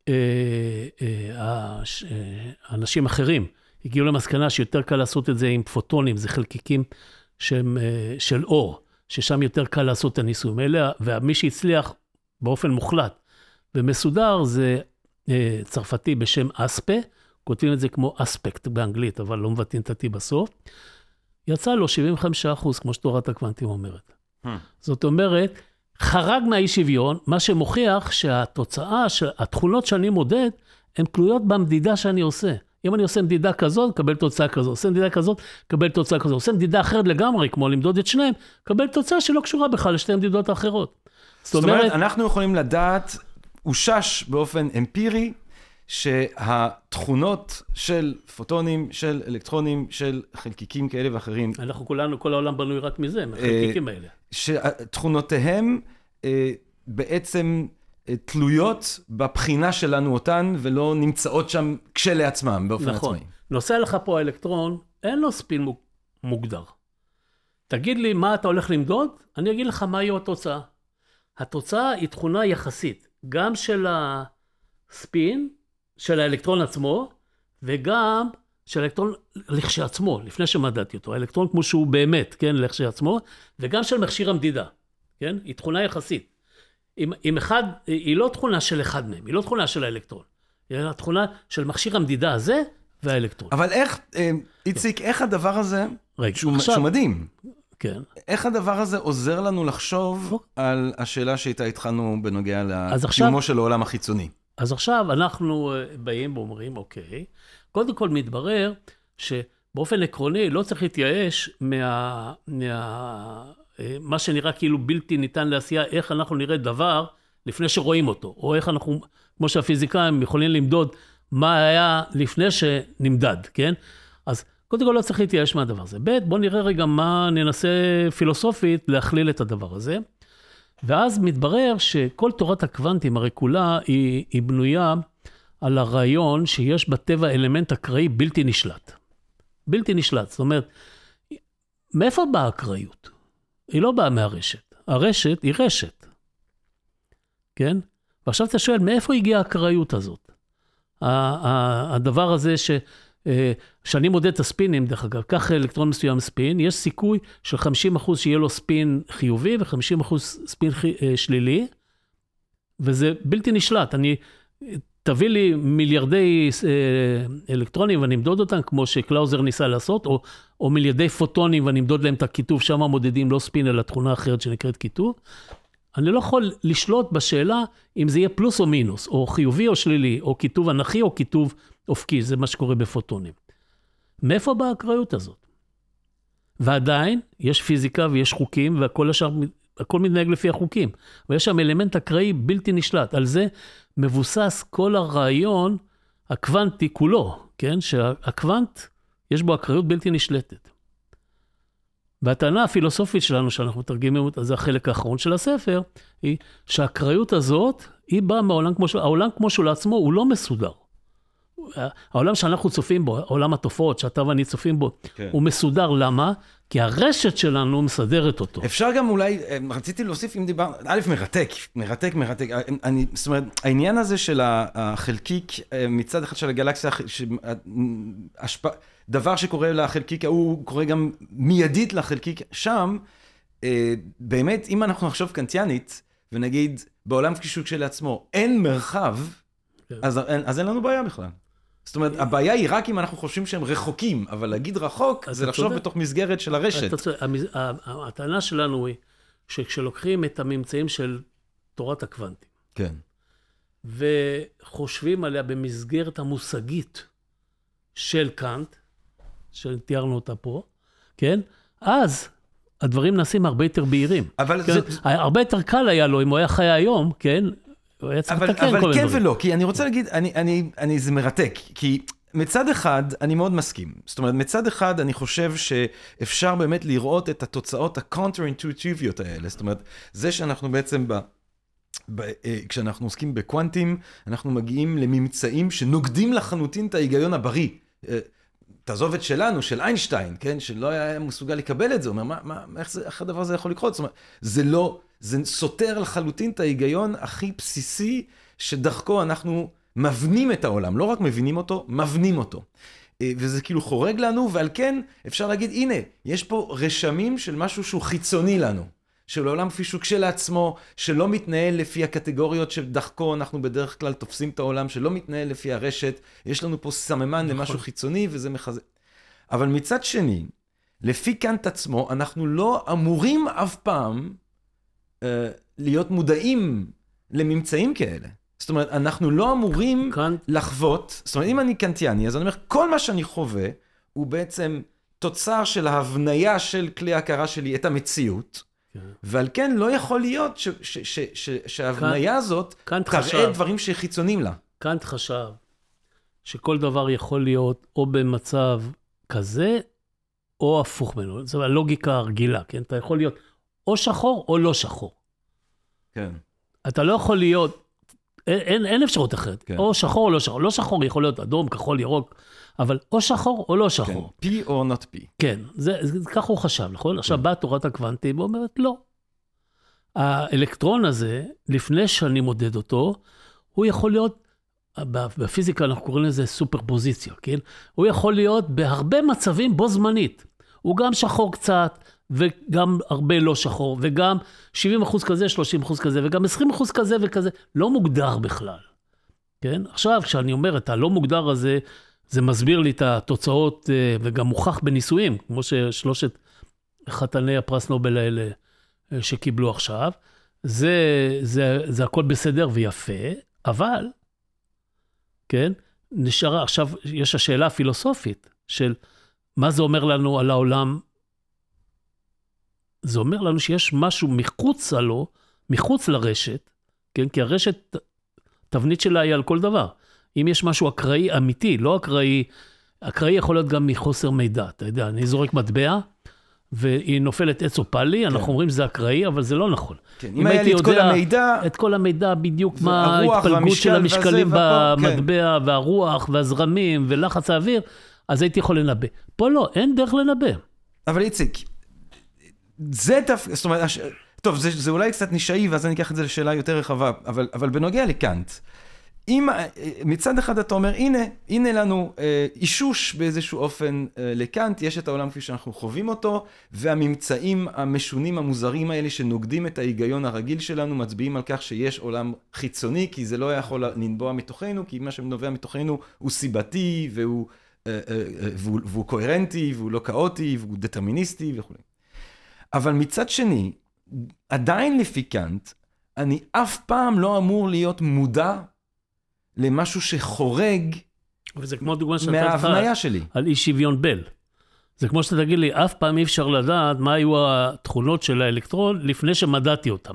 אנשים אחרים הגיעו למסקנה שיותר קל לעשות את זה עם פוטונים, זה חלקיקים שהם של אור, ששם יותר קל לעשות את הניסויים האלה, ומי שהצליח באופן מוחלט ומסודר זה צרפתי בשם אספה, כותבים את זה כמו אספקט באנגלית, אבל לא מבטאים את ה-T בסוף, יצא לו 75%, כמו שתורת הקוונטים אומרת. זאת אומרת, חרג מהאי שוויון, מה שמוכיח שהתוצאה, התכונות שאני מודד, הן תלויות במדידה שאני עושה. אם אני עושה מדידה כזאת, קבל תוצאה כזאת. עושה מדידה כזאת, קבל תוצאה כזאת. עושה מדידה אחרת לגמרי, כמו למדוד את שניהם, קבל תוצאה שלא קשורה בכלל לשתי מדידות האחרות. זאת אומרת, אנחנו יכולים לדעת, אושש באופן אמפירי, שהתכונות של פוטונים, של אלקטרונים, של חלקיקים כאלה ואחרים. אנחנו כולנו, כל העולם בנוי רק מזה, מהחלקיקים האלה. שתכונותיהם בעצם תלויות בבחינה שלנו אותן, ולא נמצאות שם כשלעצמם באופן נכון. עצמאי. נוסע לך פה האלקטרון, אין לו ספין מוגדר. תגיד לי מה אתה הולך למדוד, אני אגיד לך מה יהיו התוצאה. התוצאה היא תכונה יחסית, גם של הספין, של האלקטרון עצמו, וגם של האלקטרון לכשעצמו, לפני שמדדתי אותו, האלקטרון כמו שהוא באמת, כן, לכשעצמו, וגם של מכשיר המדידה, כן, היא תכונה יחסית. עם אחד, היא לא תכונה של אחד מהם, היא לא תכונה של האלקטרון, היא תכונה של מכשיר המדידה הזה והאלקטרון. אבל איך, איציק, איך הדבר הזה, שהוא מדהים, כן. איך הדבר הזה עוזר לנו לחשוב על השאלה שאיתה התחלנו בנוגע לקיומו של העולם החיצוני? אז עכשיו אנחנו באים ואומרים, אוקיי, קודם כל מתברר שבאופן עקרוני לא צריך להתייאש מה שנראה כאילו בלתי ניתן לעשייה, איך אנחנו נראה דבר לפני שרואים אותו, או איך אנחנו, כמו שהפיזיקאים יכולים למדוד מה היה לפני שנמדד, כן? אז קודם כל לא צריך להתייאש מהדבר הזה. ב', בוא נראה רגע מה ננסה פילוסופית להכליל את הדבר הזה. ואז מתברר שכל תורת הקוונטים, הרי כולה, היא בנויה על הרעיון שיש בטבע אלמנט אקראי בלתי נשלט. בלתי נשלט, זאת אומרת, מאיפה באה האקראיות? היא לא באה מהרשת. הרשת היא רשת. כן? ועכשיו אתה שואל, מאיפה הגיעה האקראיות הזאת? הדבר הזה שאני מודד את הספינים, דרך אגב, כך אלקטרון מסוים ספין, יש סיכוי של 50% שיהיה לו ספין חיובי ו50% ספין שלילי, וזה בלתי נשלט. תביא לי מיליארדי אלקטרונים ואני אמדוד אותם, כמו שקלאוזר ניסה לעשות, או מיליארדי פוטונים ואני אמדוד להם את הכיתוב, שם מודדים לא ספין אלא תכונה אחרת שנקראת כיתוב. אני לא יכול לשלוט בשאלה אם זה יהיה פלוס או מינוס, או חיובי או שלילי, או כיתוב אנכי או כיתוב אופקי, זה מה שקורה בפוטונים. מאיפה באה האקראיות הזאת? ועדיין יש פיזיקה ויש חוקים, והכל השאר, הכל מתנהג לפי החוקים. ויש שם אלמנט אקראי בלתי נשלט. על זה מבוסס כל הרעיון הקוונטי כולו, כן? שהקוונט יש בו אקראיות בלתי נשלטת. והטענה הפילוסופית שלנו, שאנחנו מתרגמים אותה, זה החלק האחרון של הספר, היא שהאקראיות הזאת, היא באה מהעולם כמו שהוא, העולם כמו שהוא לעצמו, הוא לא מסודר. העולם שאנחנו צופים בו, העולם התופעות, שאתה ואני צופים בו, הוא מסודר. למה? כי הרשת שלנו מסדרת אותו. אפשר גם אולי, רציתי להוסיף אם דיברנו, א', מרתק. זאת אומרת, העניין הזה של החלקיק, מצד אחד של הגלקסיה, דבר שקורה לחלקיק, הוא קורה גם מיידית לחלקיק שם, באמת, אם אנחנו נחשוב קנטיאנית, ונגיד, בעולם קישוק שלעצמו, אין מרחב, אז אין לנו בעיה בכלל. זאת אומרת, הבעיה היא רק אם אנחנו חושבים שהם רחוקים, אבל להגיד רחוק, זה לחשוב בתוך מסגרת של הרשת. הטענה שלנו היא, שכשלוקחים את הממצאים של תורת הקוונטים, כן. וחושבים עליה במסגרת המושגית של קאנט, שתיארנו אותה פה, כן? אז הדברים נעשים הרבה יותר בהירים. אבל כן? הרבה יותר קל היה לו, אם הוא היה חי היום, כן? אבל כן ולא, כי אני רוצה להגיד, זה מרתק, כי מצד אחד אני מאוד מסכים. זאת אומרת, מצד אחד אני חושב שאפשר באמת לראות את התוצאות הקונטר-אינטואיטיביות האלה. זאת אומרת, זה שאנחנו בעצם כשאנחנו עוסקים בקוונטים, אנחנו מגיעים לממצאים שנוגדים לחלוטין את ההיגיון הבריא. תעזוב את שלנו, של איינשטיין, כן? שלא היה מסוגל לקבל את זה. הוא אומר, איך הדבר הזה יכול לקרות? זאת אומרת, זה סותר לחלוטין את ההיגיון הכי בסיסי, שדרכו אנחנו מבנים את העולם. לא רק מבינים אותו, מבנים אותו. וזה כאילו חורג לנו, ועל כן אפשר להגיד, הנה, יש פה רשמים של משהו שהוא חיצוני לנו. של העולם כפי שהוא כשלעצמו, שלא מתנהל לפי הקטגוריות שדרכו אנחנו בדרך כלל תופסים את העולם, שלא מתנהל לפי הרשת. יש לנו פה סממן למשהו חיצוני, וזה מחזק. אבל מצד שני, לפי קאנט עצמו, אנחנו לא אמורים אף פעם להיות מודעים לממצאים כאלה. זאת אומרת, אנחנו לא אמורים לחוות, זאת אומרת, אם אני קאנטיאני, אז אני אומר, כל מה שאני חווה, הוא בעצם תוצר של ההבניה של כלי ההכרה שלי את המציאות, ועל כן לא יכול להיות שההבניה הזאת תראה דברים שחיצונים לה. קאנט חשב שכל דבר יכול להיות או במצב כזה, או הפוך ממנו. זו הלוגיקה הרגילה, כן? אתה יכול להיות או שחור או לא שחור. כן. אתה לא יכול להיות, אין אפשרות אחרת. כן. או שחור או לא שחור. לא שחור יכול להיות אדום, כחול, ירוק, אבל או שחור או לא שחור. כן. P or not P. כן, כך הוא חשב, נכון? עכשיו באה תורת הקוונטים ואומרת, לא. האלקטרון הזה, לפני שאני מודד אותו, הוא יכול להיות, בפיזיקה אנחנו קוראים לזה סופרפוזיציה, כן? הוא יכול להיות בהרבה מצבים בו זמנית. הוא גם שחור קצת, וגם הרבה לא שחור, וגם 70% כזה, 30% כזה, וגם 20% כזה וכזה, לא מוגדר בכלל. כן? עכשיו, כשאני אומר את הלא מוגדר הזה, זה מסביר לי את התוצאות, וגם מוכח בניסויים, כמו ששלושת חתני הפרס נובל האלה שקיבלו עכשיו. זה הכל בסדר ויפה, אבל, כן, נשארה, עכשיו יש השאלה הפילוסופית של מה זה אומר לנו על העולם. זה אומר לנו שיש משהו מחוץ לרשת, כן? כי הרשת, תבנית שלה היא על כל דבר. אם יש משהו אקראי אמיתי, לא אקראי יכול להיות גם מחוסר מידע. אתה יודע, אני זורק מטבע, והיא נופלת עץ או פלי, אנחנו אומרים שזה אקראי, אבל זה לא נכון. כן, אם היה לי את כל המידע, בדיוק מה ההתפלגות של המשקלים במטבע, והרוח, והזרמים, ולחץ האוויר, אז הייתי יכול לנבא. פה לא, אין דרך לנבא. אבל איציק, זאת אומרת, טוב, זה אולי קצת נשאי, ואז אני אקח את זה לשאלה יותר רחבה, אבל בנוגע לקאנט, אם מצד אחד אתה אומר, הנה לנו אישוש באיזשהו אופן לקאנט, יש את העולם כפי שאנחנו חווים אותו, והממצאים המשונים המוזרים האלה שנוגדים את ההיגיון הרגיל שלנו, מצביעים על כך שיש עולם חיצוני, כי זה לא יכול לנבוע מתוכנו, כי מה שנובע מתוכנו הוא סיבתי, והוא קוהרנטי, והוא לא כאוטי, והוא דטרמיניסטי וכו'. אבל מצד שני, עדיין לפי קאנט, אני אף פעם לא אמור להיות מודע למשהו שחורג מההבניה שלי. על אי שוויון בל. זה כמו שאתה תגיד לי, אף פעם אי אפשר לדעת מה היו התכונות של האלקטרון לפני שמדעתי אותם.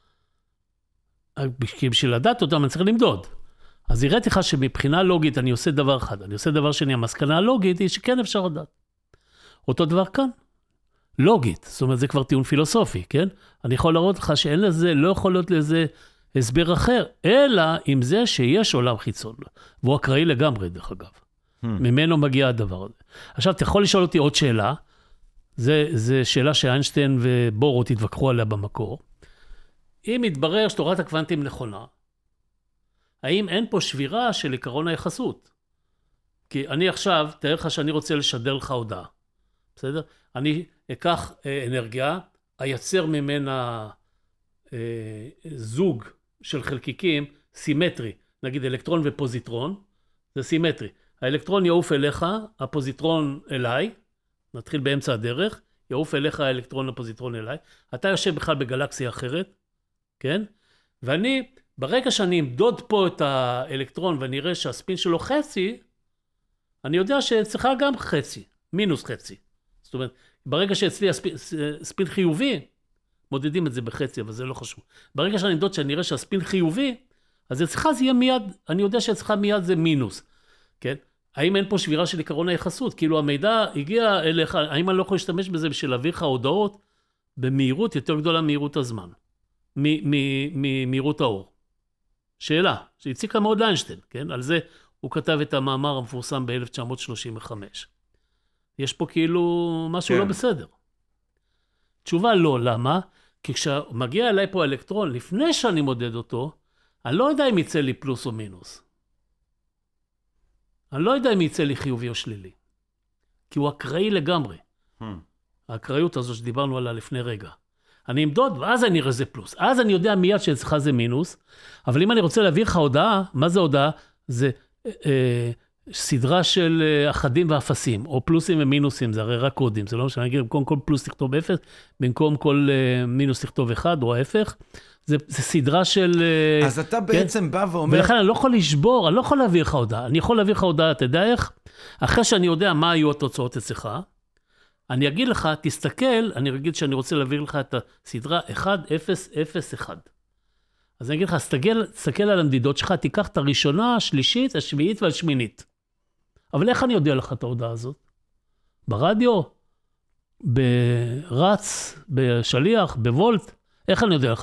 כי בשביל לדעת אותם אני צריך למדוד. אז הראיתי לך שמבחינה לוגית אני עושה דבר אחד, אני עושה דבר שני, המסקנה הלוגית היא שכן אפשר לדעת. אותו דבר כאן. לוגית, זאת אומרת, זה כבר טיעון פילוסופי, כן? אני יכול להראות לך שאין לזה, לא יכול להיות לזה הסבר אחר, אלא עם זה שיש עולם חיצון, והוא אקראי לגמרי, דרך אגב. ממנו מגיע הדבר הזה. עכשיו, אתה יכול לשאול אותי עוד שאלה, זה שאלה שאיינשטיין ובורו התווכחו עליה במקור. אם יתברר שתורת הקוונטים נכונה, האם אין פה שבירה של עקרון היחסות? כי אני עכשיו, תאר לך שאני רוצה לשדר לך הודעה, בסדר? אני אקח אנרגיה, אייצר ממנה זוג של חלקיקים סימטרי, נגיד אלקטרון ופוזיטרון, זה סימטרי. האלקטרון יעוף אליך, הפוזיטרון אליי, נתחיל באמצע הדרך, יעוף אליך האלקטרון הפוזיטרון אליי, אתה יושב בכלל בגלקסיה אחרת, כן? ואני, ברגע שאני אמדוד פה את האלקטרון ואני אראה שהספין שלו חצי, אני יודע שאצלך גם חצי, מינוס חצי. זאת אומרת, ברגע שאצלי הספין חיובי, מודדים את זה בחצי, אבל זה לא חשוב. ברגע שאני אמדוד שאני אראה שהספין חיובי, אז אצלך זה יהיה מיד, אני יודע שאצלך מיד זה מינוס, כן? האם אין פה שבירה של עקרון היחסות? כאילו המידע הגיע אליך, האם אני לא יכול להשתמש בזה בשביל להביא לך הודעות במהירות יותר גדולה ממהירות הזמן, ממהירות האור? שאלה, שהציקה מאוד לאיינשטיין, כן? על זה הוא כתב את המאמר המפורסם ב-1935. יש פה כאילו משהו לא בסדר. תשובה לא, למה? כי כשמגיע אליי פה אלקטרון, לפני שאני מודד אותו, אני לא יודע אם יצא לי פלוס או מינוס. אני לא יודע אם יצא לי חיובי או שלילי. כי הוא אקראי לגמרי. האקראיות הזו שדיברנו עליה לפני רגע. אני אמדוד, ואז אני אראה זה פלוס. אז אני יודע מיד שאצלך זה מינוס, אבל אם אני רוצה להביא לך הודעה, מה זה הודעה? זה סדרה של אחדים ואפסים, או פלוסים ומינוסים, זה הרי רק קודים, זה לא משנה, נגיד, במקום כל פלוס תכתוב 0, במקום כל מינוס תכתוב 1, או ההפך, זה סדרה של... אז אתה בעצם בא ואומר... ולכן אני לא יכול לשבור, אני לא יכול להביא לך הודעה, אני יכול להביא לך הודעה, אתה יודע איך? אחרי שאני יודע מה היו התוצאות אצלך, אני אגיד לך, תסתכל, אני אגיד שאני רוצה להעביר לך את הסדרה 1, 0, 0, 1. אז אני אגיד לך, תסתכל על המדידות שלך, תיקח את הראשונה, השלישית, השביעית והשמינית. אבל איך אני יודע לך את ההודעה הזאת? ברדיו? ברץ? בשליח? בוולט? איך אני יודע לך?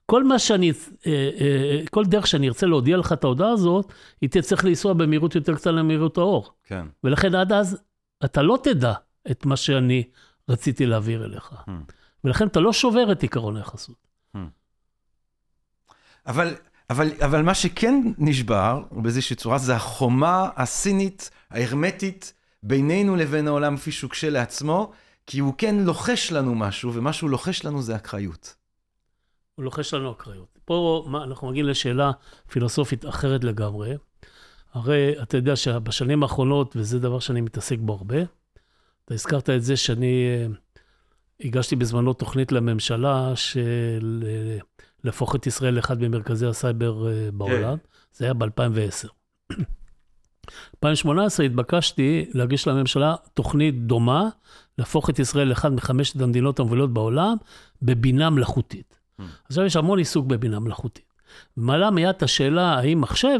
כל דרך שאני ארצה להודיע לך את ההודעה הזאת, היא תצטרך לנסוע במהירות יותר קצת למהירות האור. כן. ולכן עד אז, אתה לא תדע את מה שאני רציתי להעביר אליך. ולכן אתה לא שובר את עקרון היחסות. אבל מה שכן נשבר, באיזושהי צורה, זה החומה הסינית, ההרמטית, בינינו לבין העולם כפי שהוא כשלעצמו, כי הוא כן לוחש לנו משהו, ומה שהוא לוחש לנו זה אקראיות. הוא לוחש לנו אקראיות. פה אנחנו מגיעים לשאלה פילוסופית אחרת לגמרי. הרי אתה יודע שבשנים האחרונות, וזה דבר שאני מתעסק בו הרבה, אתה הזכרת את זה שאני הגשתי בזמנו תוכנית לממשלה של להפוך את ישראל לאחד ממרכזי הסייבר בעולם. זה היה ב-2010. 2018 התבקשתי להגיש לממשלה תוכנית דומה, להפוך את ישראל לאחד מחמשת המדינות המובילות בעולם, בבינה מלאכותית. עכשיו יש המון עיסוק בבינה מלאכותית. ומעלה מיד את השאלה, האם מחשב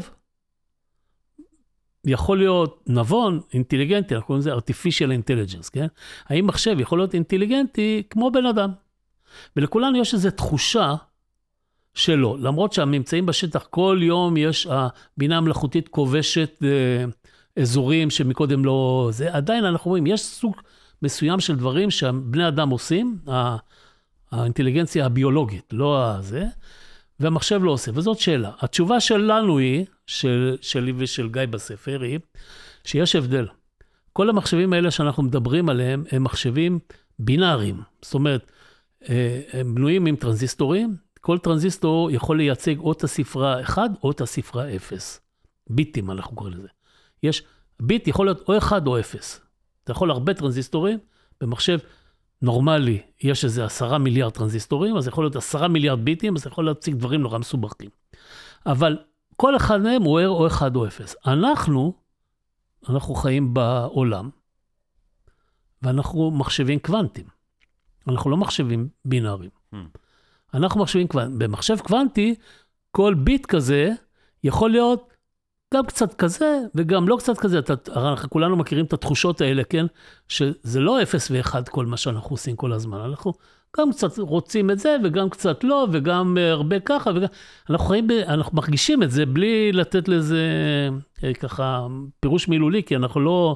יכול להיות נבון, אינטליגנטי, אנחנו קוראים לזה artificial intelligence, כן? האם מחשב יכול להיות אינטליגנטי כמו בן אדם? ולכולנו יש איזו תחושה שלא, למרות שהממצאים בשטח כל יום יש, הבינה המלאכותית כובשת אזורים שמקודם לא, זה עדיין אנחנו רואים, יש סוג מסוים של דברים שהבני אדם עושים, האינטליגנציה הביולוגית, לא הזה, והמחשב לא עושה, וזאת שאלה. התשובה שלנו היא, שלי ושל גיא בספר, היא שיש הבדל. כל המחשבים האלה שאנחנו מדברים עליהם, הם מחשבים בינאריים. זאת אומרת, הם בנויים עם טרנזיסטורים, כל טרנזיסטור יכול לייצג או את הספרה 1 או את הספרה 0. ביטים אנחנו קוראים לזה. יש, ביט יכול להיות או 1 או 0. אתה יכול הרבה טרנזיסטורים, במחשב נורמלי יש איזה 10 מיליארד טרנזיסטורים, אז יכול להיות 10 מיליארד ביטים, אז יכול להציג דברים נורא מסובכים. אבל כל אחד מהם הוא או 1 או 0. אנחנו חיים בעולם, ואנחנו מחשבים קוונטים. אנחנו לא מחשבים בינאריים. אנחנו מחשבים קוונטים. במחשב קוונטי, כל ביט כזה יכול להיות גם קצת כזה, וגם לא קצת כזה. אנחנו כולנו מכירים את התחושות האלה, כן? שזה לא 0 ו-1 כל מה שאנחנו עושים כל הזמן. אנחנו גם קצת רוצים את זה, וגם קצת לא, וגם הרבה ככה, וגם... אנחנו מרגישים את זה בלי לתת לזה ככה פירוש מילולי, כי אנחנו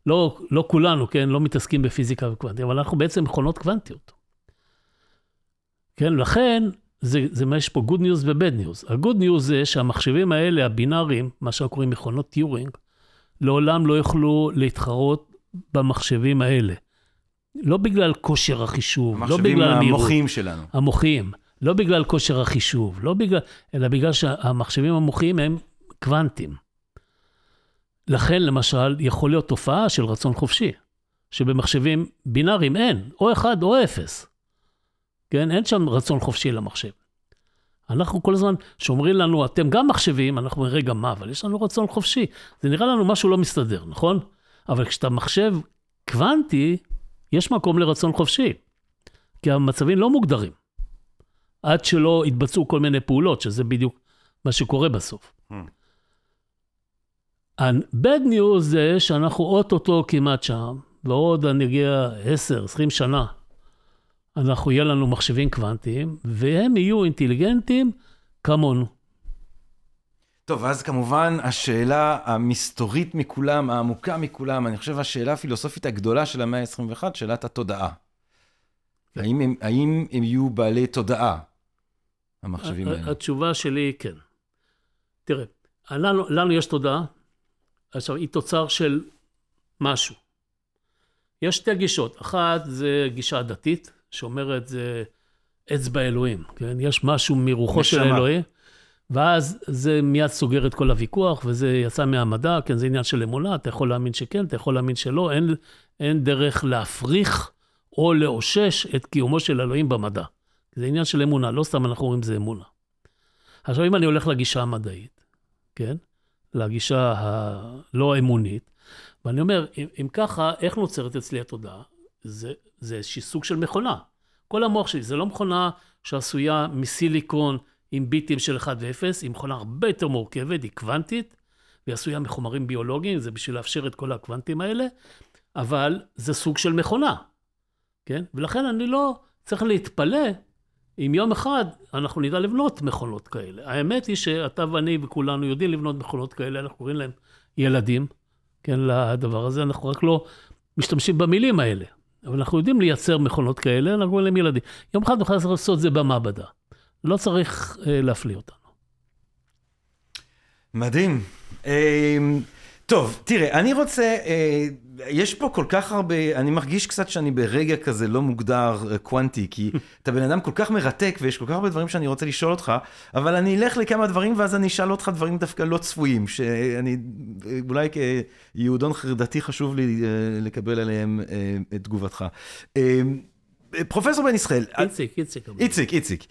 לא כולנו, כן, לא מתעסקים בפיזיקה וקוונטים, אבל אנחנו בעצם מכונות קוונטיות. כן, לכן, זה מה יש פה good news ו-bad news. ה-good news זה שהמחשבים האלה, הבינאריים, מה שאנחנו קוראים מכונות טיורינג, לעולם לא יוכלו להתחרות במחשבים האלה. לא בגלל כושר החישוב, לא בגלל המהירות. המחשבים המוחיים שלנו. המוחיים, לא בגלל כושר החישוב, אלא בגלל שהמחשבים המוחיים הם קוונטים. לכן, למשל, יכול להיות תופעה של רצון חופשי, שבמחשבים בינאריים אין, או 1 או 0. כן? אין שם רצון חופשי למחשב. אנחנו כל הזמן שאומרים לנו, אתם גם מחשבים, אנחנו אומרים, רגע, מה? אבל יש לנו רצון חופשי. זה נראה לנו משהו לא מסתדר, נכון? אבל כשאתה מחשב קוונטי, יש מקום לרצון חופשי. כי המצבים לא מוגדרים. עד שלא התבצעו כל מיני פעולות, שזה בדיוק מה שקורה בסוף. ה-bad news זה שאנחנו אוטוטו כמעט שם, ועוד נגיע 10, 20 שנה, יהיה לנו מחשבים קוונטיים, והם יהיו אינטליגנטים כמונו. טוב, אז כמובן השאלה המסתורית מכולם, העמוקה מכולם, אני חושב השאלה הפילוסופית הגדולה של המאה ה-21, שאלת התודעה. האם הם יהיו בעלי תודעה, המחשבים האלה? התשובה שלי כן. תראה, לנו יש תודעה, עכשיו היא תוצר של משהו. יש 2 גישות, אחת זה גישה דתית, שאומרת זה אצבע אלוהים, כן? יש משהו מרוחו של אלוהים, ואז זה מיד סוגר את כל הוויכוח, וזה יצא מהמדע, כן, זה עניין של אמונה, אתה יכול להאמין שכן, אתה יכול להאמין שלא, אין דרך להפריך או לאושש את קיומו של אלוהים במדע. זה עניין של אמונה, לא סתם אנחנו אומרים זה אמונה. עכשיו אם אני הולך לגישה המדעית, כן? לגישה הלא אמונית, ואני אומר, אם ככה, איך נוצרת אצלי התודעה? זה איזשהו סוג של מכונה. כל המוח שלי, זה לא מכונה שעשויה מסיליקון עם ביטים של 1 ו-0, היא מכונה הרבה יותר מורכבת, היא קוונטית, והיא עשויה מחומרים ביולוגיים, זה בשביל לאפשר את כל הקוונטים האלה, אבל זה סוג של מכונה, כן? ולכן אני לא צריך להתפלא, אם יום אחד אנחנו נדע לבנות מכונות כאלה. האמת היא שאתה ואני וכולנו יודעים לבנות מכונות כאלה, אנחנו קוראים להם ילדים, כן, לדבר הזה, אנחנו רק לא משתמשים במילים האלה, אבל אנחנו יודעים לייצר מכונות כאלה, אנחנו קוראים להם ילדים. יום אחד נוכל לעשות זה במעבדה. לא צריך להפליא אותנו. מדהים. טוב, תראה, אני רוצה, יש פה כל כך הרבה, אני מרגיש קצת שאני ברגע כזה לא מוגדר קוונטי, כי אתה בן אדם כל כך מרתק, ויש כל כך הרבה דברים שאני רוצה לשאול אותך, אבל אני אלך לכמה דברים, ואז אני אשאל אותך דברים דווקא לא צפויים, שאני, אולי כיהודון חרדתי חשוב לי לקבל עליהם את תגובתך. פרופסור בן ישראל. איציק.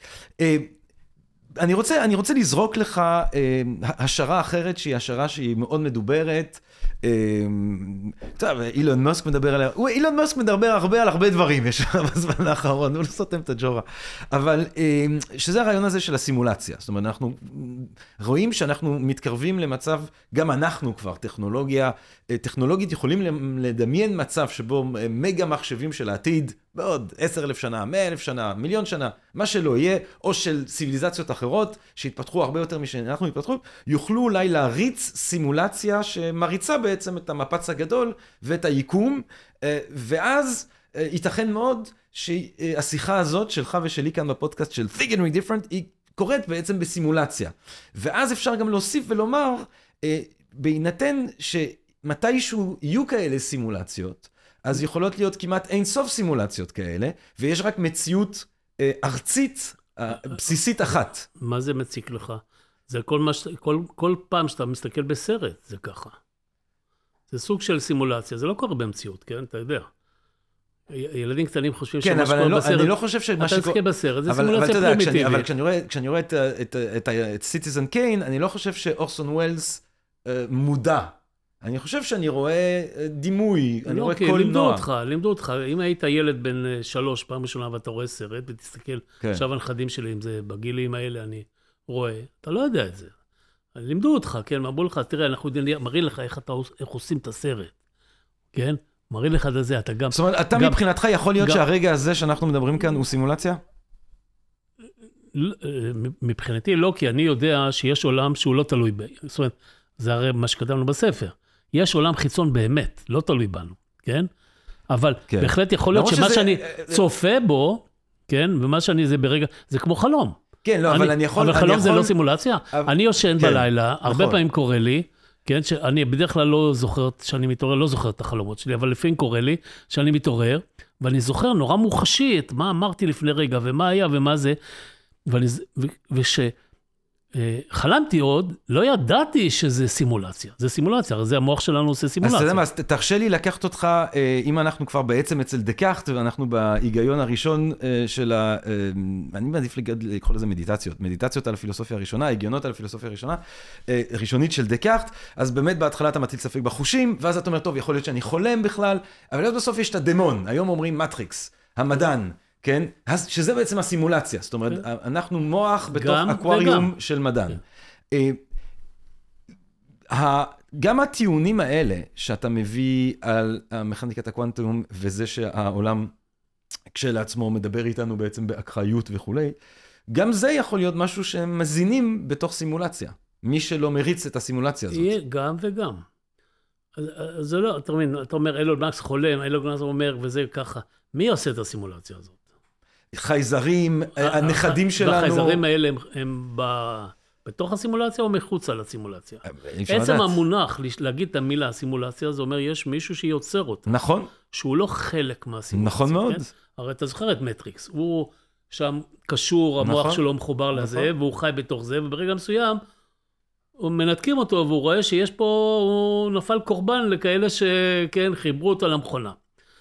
אני רוצה לזרוק לך השערה אחרת, שהיא השערה שהיא מאוד מדוברת. טוב, אילון מאסק מדבר עליה, אילון מאסק מדבר הרבה על הרבה דברים, יש בזמן האחרון, הוא לא סותם את הג'ורה. אבל שזה הרעיון הזה של הסימולציה. זאת אומרת, אנחנו רואים שאנחנו מתקרבים למצב, גם אנחנו כבר, טכנולוגית יכולים לדמיין מצב שבו מגה מחשבים של העתיד, בעוד 10,000 שנה, 100,000 שנה, מיליון שנה, מה שלא יהיה, או של ציוויליזציות אחרות, שהתפתחו הרבה יותר משאנחנו מתפתחו, יוכלו אולי להריץ סימולציה שמריצה בעצם את המפץ הגדול ואת היקום, ואז ייתכן מאוד שהשיחה הזאת שלך ושלי כאן בפודקאסט של Think and Read Different, היא קורית בעצם בסימולציה. ואז אפשר גם להוסיף ולומר, בהינתן שמתישהו יהיו כאלה סימולציות, אז יכולות להיות כמעט אין סוף סימולציות כאלה, ויש רק מציאות ארצית, בסיסית אחת. מה זה מציק לך? זה כל פעם שאתה מסתכל בסרט, זה ככה. זה סוג של סימולציה, זה לא קורה במציאות, כן? אתה יודע. ילדים קטנים חושבים שמה שקורה בסרט, אני לא חושב שמה אתה תזכה בסרט, זה סימולציה פרימיטיבית. אבל כשאני רואה את סיטיזן קיין, אני לא חושב שאורסון ווילס מודע. אני חושב שאני רואה דימוי, אני רואה קולנוע. לימדו אותך, אם היית ילד בן 3 פעם ראשונה ואתה רואה סרט, ותסתכל, עכשיו הנכדים שלי, אם זה בגילים האלה, אני רואה, אתה לא יודע את זה. לימדו אותך, כן, אמרו לך, תראה, אנחנו מראים לך איך עושים את הסרט, כן? מראים לך את זה, אתה גם... זאת אומרת, אתה מבחינתך יכול להיות שהרגע הזה שאנחנו מדברים כאן הוא סימולציה? מבחינתי לא, כי אני יודע שיש עולם שהוא לא תלוי בי. זאת אומרת, זה הרי מה שכתבנו בספר. יש עולם חיצון באמת, לא תלוי בנו, כן? אבל כן. בהחלט יכול להיות שמה שאני צופה בו, כן, ומה שאני זה ברגע, זה כמו חלום. כן, לא, אבל אני יכול... אבל חלום זה לא סימולציה. אני יושן כן, בלילה, הרבה נכון. פעמים קורה לי, כן, שאני בדרך כלל לא זוכר, שאני מתעורר, לא זוכר את החלומות שלי, אבל לפעמים קורה לי שאני מתעורר, ואני זוכר נורא מוחשי את מה אמרתי לפני רגע, ומה היה ומה זה, ושחלמתי עוד, לא ידעתי שזה סימולציה. זה סימולציה, הרי זה המוח שלנו עושה סימולציה. אז אתה יודע מה, אז תרשה לי לקחת אותך, אם אנחנו כבר בעצם אצל דקארט, ואנחנו בהיגיון הראשון של אני מעדיף לקרוא לזה מדיטציות, מדיטציות על הפילוסופיה הראשונה, היגיונות על הפילוסופיה הראשונה, ראשונית של דקארט, אז באמת בהתחלה אתה מטיל ספק בחושים, ואז אתה אומר, טוב, יכול להיות שאני חולם בכלל, אבל אז בסוף יש את הדמון, היום אומרים מטריקס, המדען, כן? שזה בעצם הסימולציה, זאת אומרת, אנחנו מוח בתוך אקווריום של מדען. גם הטיעונים האלה שאתה מביא על מכניקת הקוונטום, וזה שהעולם כשלעצמו מדבר איתנו בעצם באקראיות וכו', גם זה יכול להיות משהו שהם מזינים בתוך סימולציה. מי שלא מריץ את הסימולציה הזאת. יהיה גם וגם. זה לא, אתה אומר, אילון מאסק חולם, אילון מאסק אומר, וזה ככה. מי עושה את הסימולציה הזאת? חייזרים, הנכדים שלנו... והחייזרים האלה הם בתוך הסימולציה או מחוץ על הסימולציה? עצם המונח להגיד את המילה הסימולציה, זה אומר, יש מישהו שיוצר אותה. נכון. שהוא לא חלק מהסימולציה. נכון מאוד. הרי אתה זוכר את מטריקס, הוא שם קשור, המוח שלו מחובר לזה, והוא חי בתוך זה, וברגע מסוים, הוא מנתקים אותו, והוא רואה שיש פה, הוא נפל קורבן לכאלה שכן, חיברו אותו למכונה.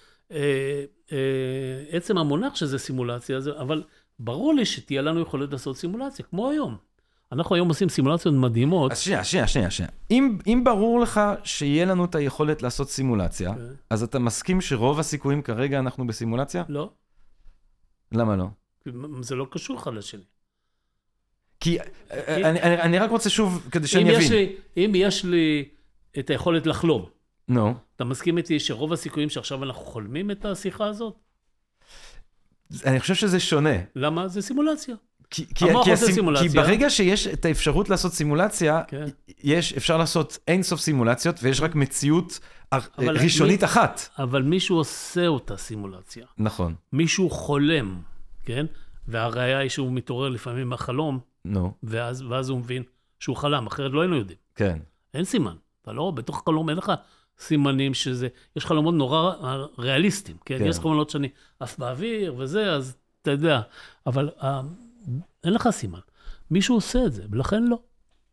עצם המונח שזה סימולציה, אבל ברור לי שתהיה לנו יכולת לעשות סימולציה, כמו היום. אנחנו היום עושים סימולציות מדהימות. אז שנייה. אם ברור לך שיהיה לנו את היכולת לעשות סימולציה, אז אתה מסכים שרוב הסיכויים כרגע אנחנו בסימולציה? לא. למה לא? זה לא קשור אחד לשני. כי אני רק רוצה שוב, כדי שאני אבין. אם יש לי את היכולת לחלום, נו. אתה מסכים איתי שרוב הסיכויים שעכשיו אנחנו חולמים את השיחה הזאת? אני חושב שזה שונה. למה? זה סימולציה. כי ברגע שיש את האפשרות לעשות סימולציה, אפשר לעשות אין סוף סימולציות, ויש רק מציאות ראשונית אחת. אבל מישהו עושה אותה סימולציה. נכון. מישהו חולם, כן? והראיה היא שהוא מתעורר לפעמים מהחלום, ואז הוא מבין שהוא חלם, אחרת לא היינו יודעים. כן. אין סימן. אתה לא, בתוך החלום אין לך סימנים שזה, יש חלומות נורא ריאליסטיים, כן? יש חלומות שאני אף באוויר וזה, אז אתה יודע, אבל אין לך סימן. מישהו עושה את זה, ולכן לא.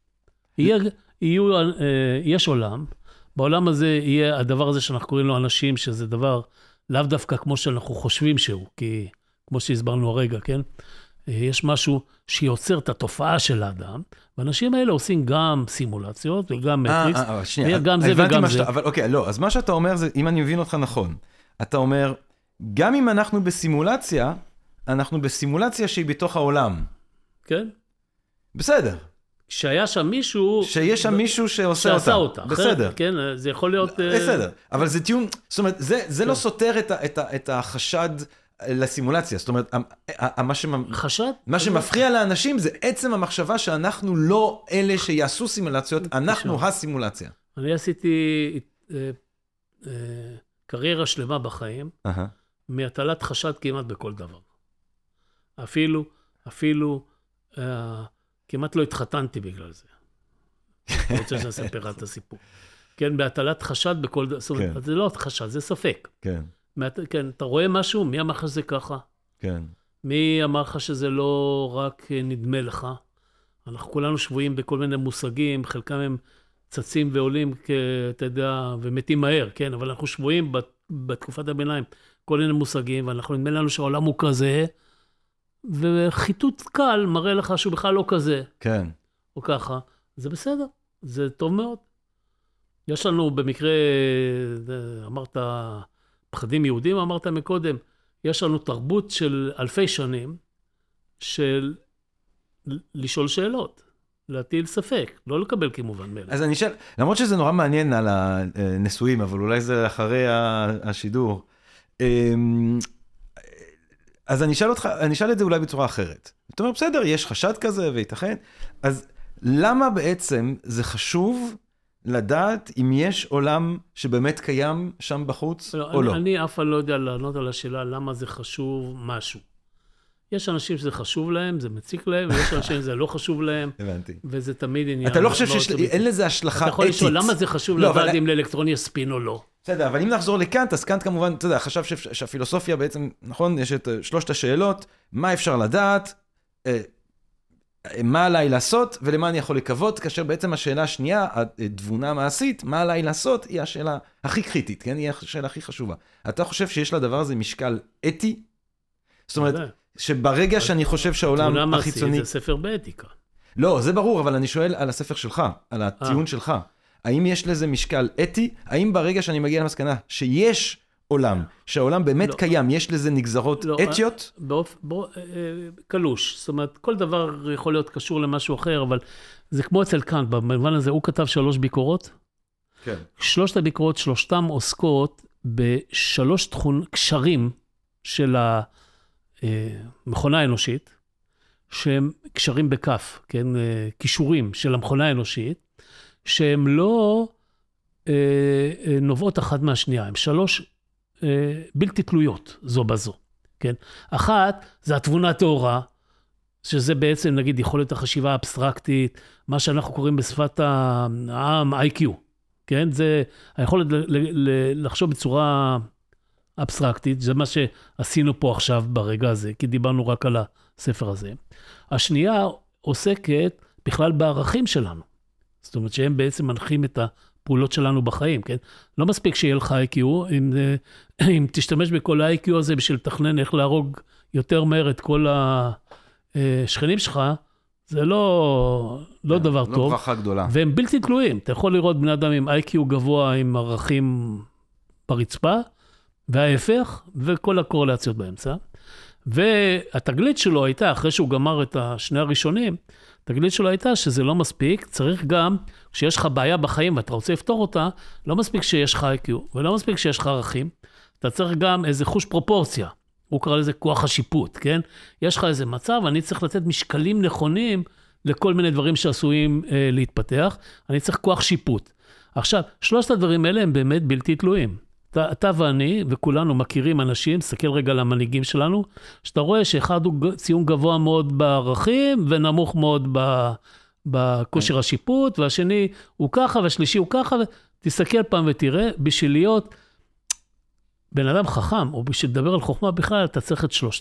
יש עולם, בעולם הזה יהיה הדבר הזה שאנחנו קוראים לו אנשים, שזה דבר לאו דווקא כמו שאנחנו חושבים שהוא, כי כמו שהסברנו הרגע, כן? יש משהו שיוצר את התופעה של האדם, ואנשים האלה עושים גם סימולציות וגם מטריקס, גם זה וגם זה. אבל אוקיי, לא, אז מה שאתה אומר זה, אם אני מבין אותך נכון, אתה אומר, גם אם אנחנו בסימולציה, אנחנו בסימולציה שהיא בתוך העולם. כן. בסדר. שהיה שם מישהו... שיש שם מישהו שעושה אותה. בסדר. כן, זה יכול להיות... בסדר, אבל זה טיעון, זאת אומרת, זה לא סותר את החשד לסימולציה. זאת אומרת, מה שמפריע לאנשים זה עצם המחשבה שאנחנו לא אלה שיעשו סימולציות, אנחנו הסימולציה. אני עשיתי קריירה שלמה בחיים, מהטלת חשד כמעט בכל דבר. אפילו כמעט לא התחתנתי בגלל זה. אני רוצה שנספר את הסיפור. כן, בהטלת חשד בכל דבר. זאת אומרת, זה לא חשד, זה ספק. כן. כן, אתה רואה משהו? מי אמר לך שזה ככה? כן. מי אמר לך שזה לא רק נדמה לך? אנחנו כולנו שבויים בכל מיני מושגים, חלקם הם צצים ועולים, אתה יודע, ומתים מהר, כן? אבל אנחנו שבויים בתקופת הביניים, כל מיני מושגים, ואנחנו נדמה לנו שהעולם הוא כזה, וחיתות קל מראה לך שהוא בכלל לא כזה. כן. או ככה. זה בסדר, זה טוב מאוד. יש לנו במקרה, אמרת, פחדים יהודים, אמרת מקודם, יש לנו תרבות של אלפי שנים, של לשאול שאלות, להטיל ספק, לא לקבל כמובן מאלה. אז אני אשאל, למרות שזה נורא מעניין על הנשואים, אבל אולי זה אחרי השידור, אז אני אשאל את זה אולי בצורה אחרת. זאת אומרת, בסדר, יש חשד כזה וייתכן, אז למה בעצם זה חשוב לדעת אם יש עולם שבאמת קיים שם בחוץ או לא. אני אף פעם לא יודע לענות על השאלה למה זה חשוב משהו. יש אנשים שזה חשוב להם, זה מציק להם, ויש אנשים שזה לא חשוב להם. הבנתי. וזה תמיד עניין. אתה לא חושב שאין לזה השלכה אתית? אתה יכול לשאול למה זה חשוב לדעת אם לאלקטרון יש ספין או לא. בסדר, אבל אם נחזור לקאנט, אז קאנט כמובן, אתה יודע, חשב שהפילוסופיה בעצם, נכון, יש את שלושת השאלות, מה אפשר לדעת, מה עליי לעשות, ולמה אני יכול לקוות, כאשר בעצם השאלה השנייה, התבונה המעשית, מה עליי לעשות, היא השאלה הכי קריטית, כן? היא השאלה הכי חשובה. אתה חושב שיש לדבר הזה משקל אתי? זאת אומרת, שברגע שאני חושב שהעולם החיצוני... תבונה מעשית זה ספר באתיקה. לא, זה ברור, אבל אני שואל על הספר שלך, על הטיעון שלך. האם יש לזה משקל אתי? האם ברגע שאני מגיע למסקנה שיש עולם, שהעולם באמת קיים, יש לזה נגזרות אתיות? קלוש. זאת אומרת, כל דבר יכול להיות קשור למשהו אחר, אבל זה כמו אצל קאנט, במובן הזה הוא כתב 3 ביקורות. כן. 3 הביקורות, 3 עוסקות ב3 קשרים של המכונה האנושית, שהם קשרים בכף, כן? קישורים של המכונה האנושית, שהם לא נובעות אחת מהשנייה, הם 3 בלתי תלויות זו בזו, כן? אחת, זה התבונה הטהורה, שזה בעצם, נגיד, יכולת החשיבה האבסטרקטית, מה שאנחנו קוראים בשפת העם, IQ, כן? זה היכולת לחשוב בצורה אבסטרקטית, זה מה שעשינו פה עכשיו ברגע הזה, כי דיברנו רק על הספר הזה. השנייה עוסקת בכלל בערכים שלנו, זאת אומרת שהם בעצם מנחים את הפעולות שלנו בחיים, כן? לא מספיק שיהיה לך IQ, אם תשתמש בכל ה-IQ הזה בשביל לתכנן איך להרוג יותר מהר את כל השכנים שלך, זה לא דבר טוב. לא ברכה גדולה. והם בלתי תלויים. אתה יכול לראות בני אדם עם IQ גבוה, עם ערכים ברצפה, וההפך, וכל הקורלציות באמצע. והתגלית שלו הייתה, אחרי שהוא גמר את השני הראשונים, התגלית שלו הייתה שזה לא מספיק, צריך גם, כשיש לך בעיה בחיים ואתה רוצה לפתור אותה, לא מספיק שיש לך IQ, ולא מספיק שיש לך ערכים, אתה צריך גם איזה חוש פרופורציה. הוא קרא לזה כוח השיפוט, כן? יש לך איזה מצב, אני צריך לתת משקלים נכונים לכל מיני דברים שעשויים להתפתח, אני צריך כוח שיפוט. עכשיו, 3 הדברים האלה הם באמת בלתי תלויים. אתה ואני, וכולנו מכירים אנשים, סתכל רגע על המנהיגים שלנו, שאתה רואה שאחד הוא ציון גבוה מאוד בערכים, ונמוך מאוד בכושר השיפוט, והשני הוא ככה, והשלישי הוא ככה, ותסתכל פעם ותראה, בשביל להיות בן אדם חכם, או בשביל לדבר על חוכמה בכלל, אתה צריך את 3.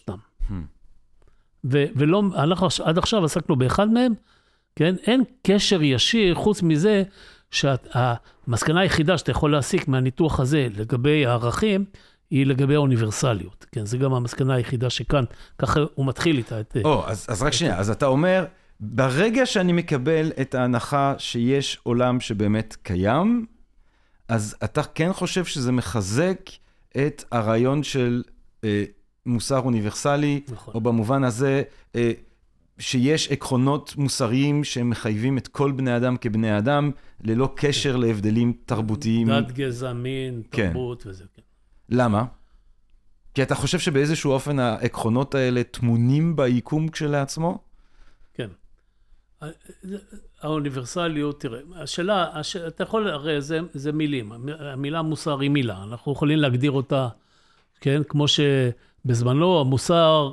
ולא, אנחנו עד עכשיו עסקנו באחד מהם, כן? אין קשר ישיר, חוץ מזה, שהמסקנה היחידה שאתה יכול להסיק מהניתוח הזה לגבי הערכים, היא לגבי האוניברסליות. כן, זה גם המסקנה היחידה שכאן, ככה הוא מתחיל איתה. אז רק שנייה, אז אתה אומר, ברגע שאני מקבל את ההנחה שיש עולם שבאמת קיים, אז אתה כן חושב שזה מחזק את הרעיון של מוסר אוניברסלי, נכון. או במובן הזה, שיש עקרונות מוסריים שמחייבים את כל בני אדם כבני אדם, ללא קשר להבדלים תרבותיים. דת, גזע, מין, תרבות וזה. כן. למה? כי אתה חושב שבאיזשהו אופן העקרונות האלה תמונים ביקום כשלעצמו? כן. האוניברסליות, תראה, השאלה, אתה יכול, הרי זה מילים, המילה מוסר היא מילה, אנחנו יכולים להגדיר אותה, כן, כמו שבזמנו המוסר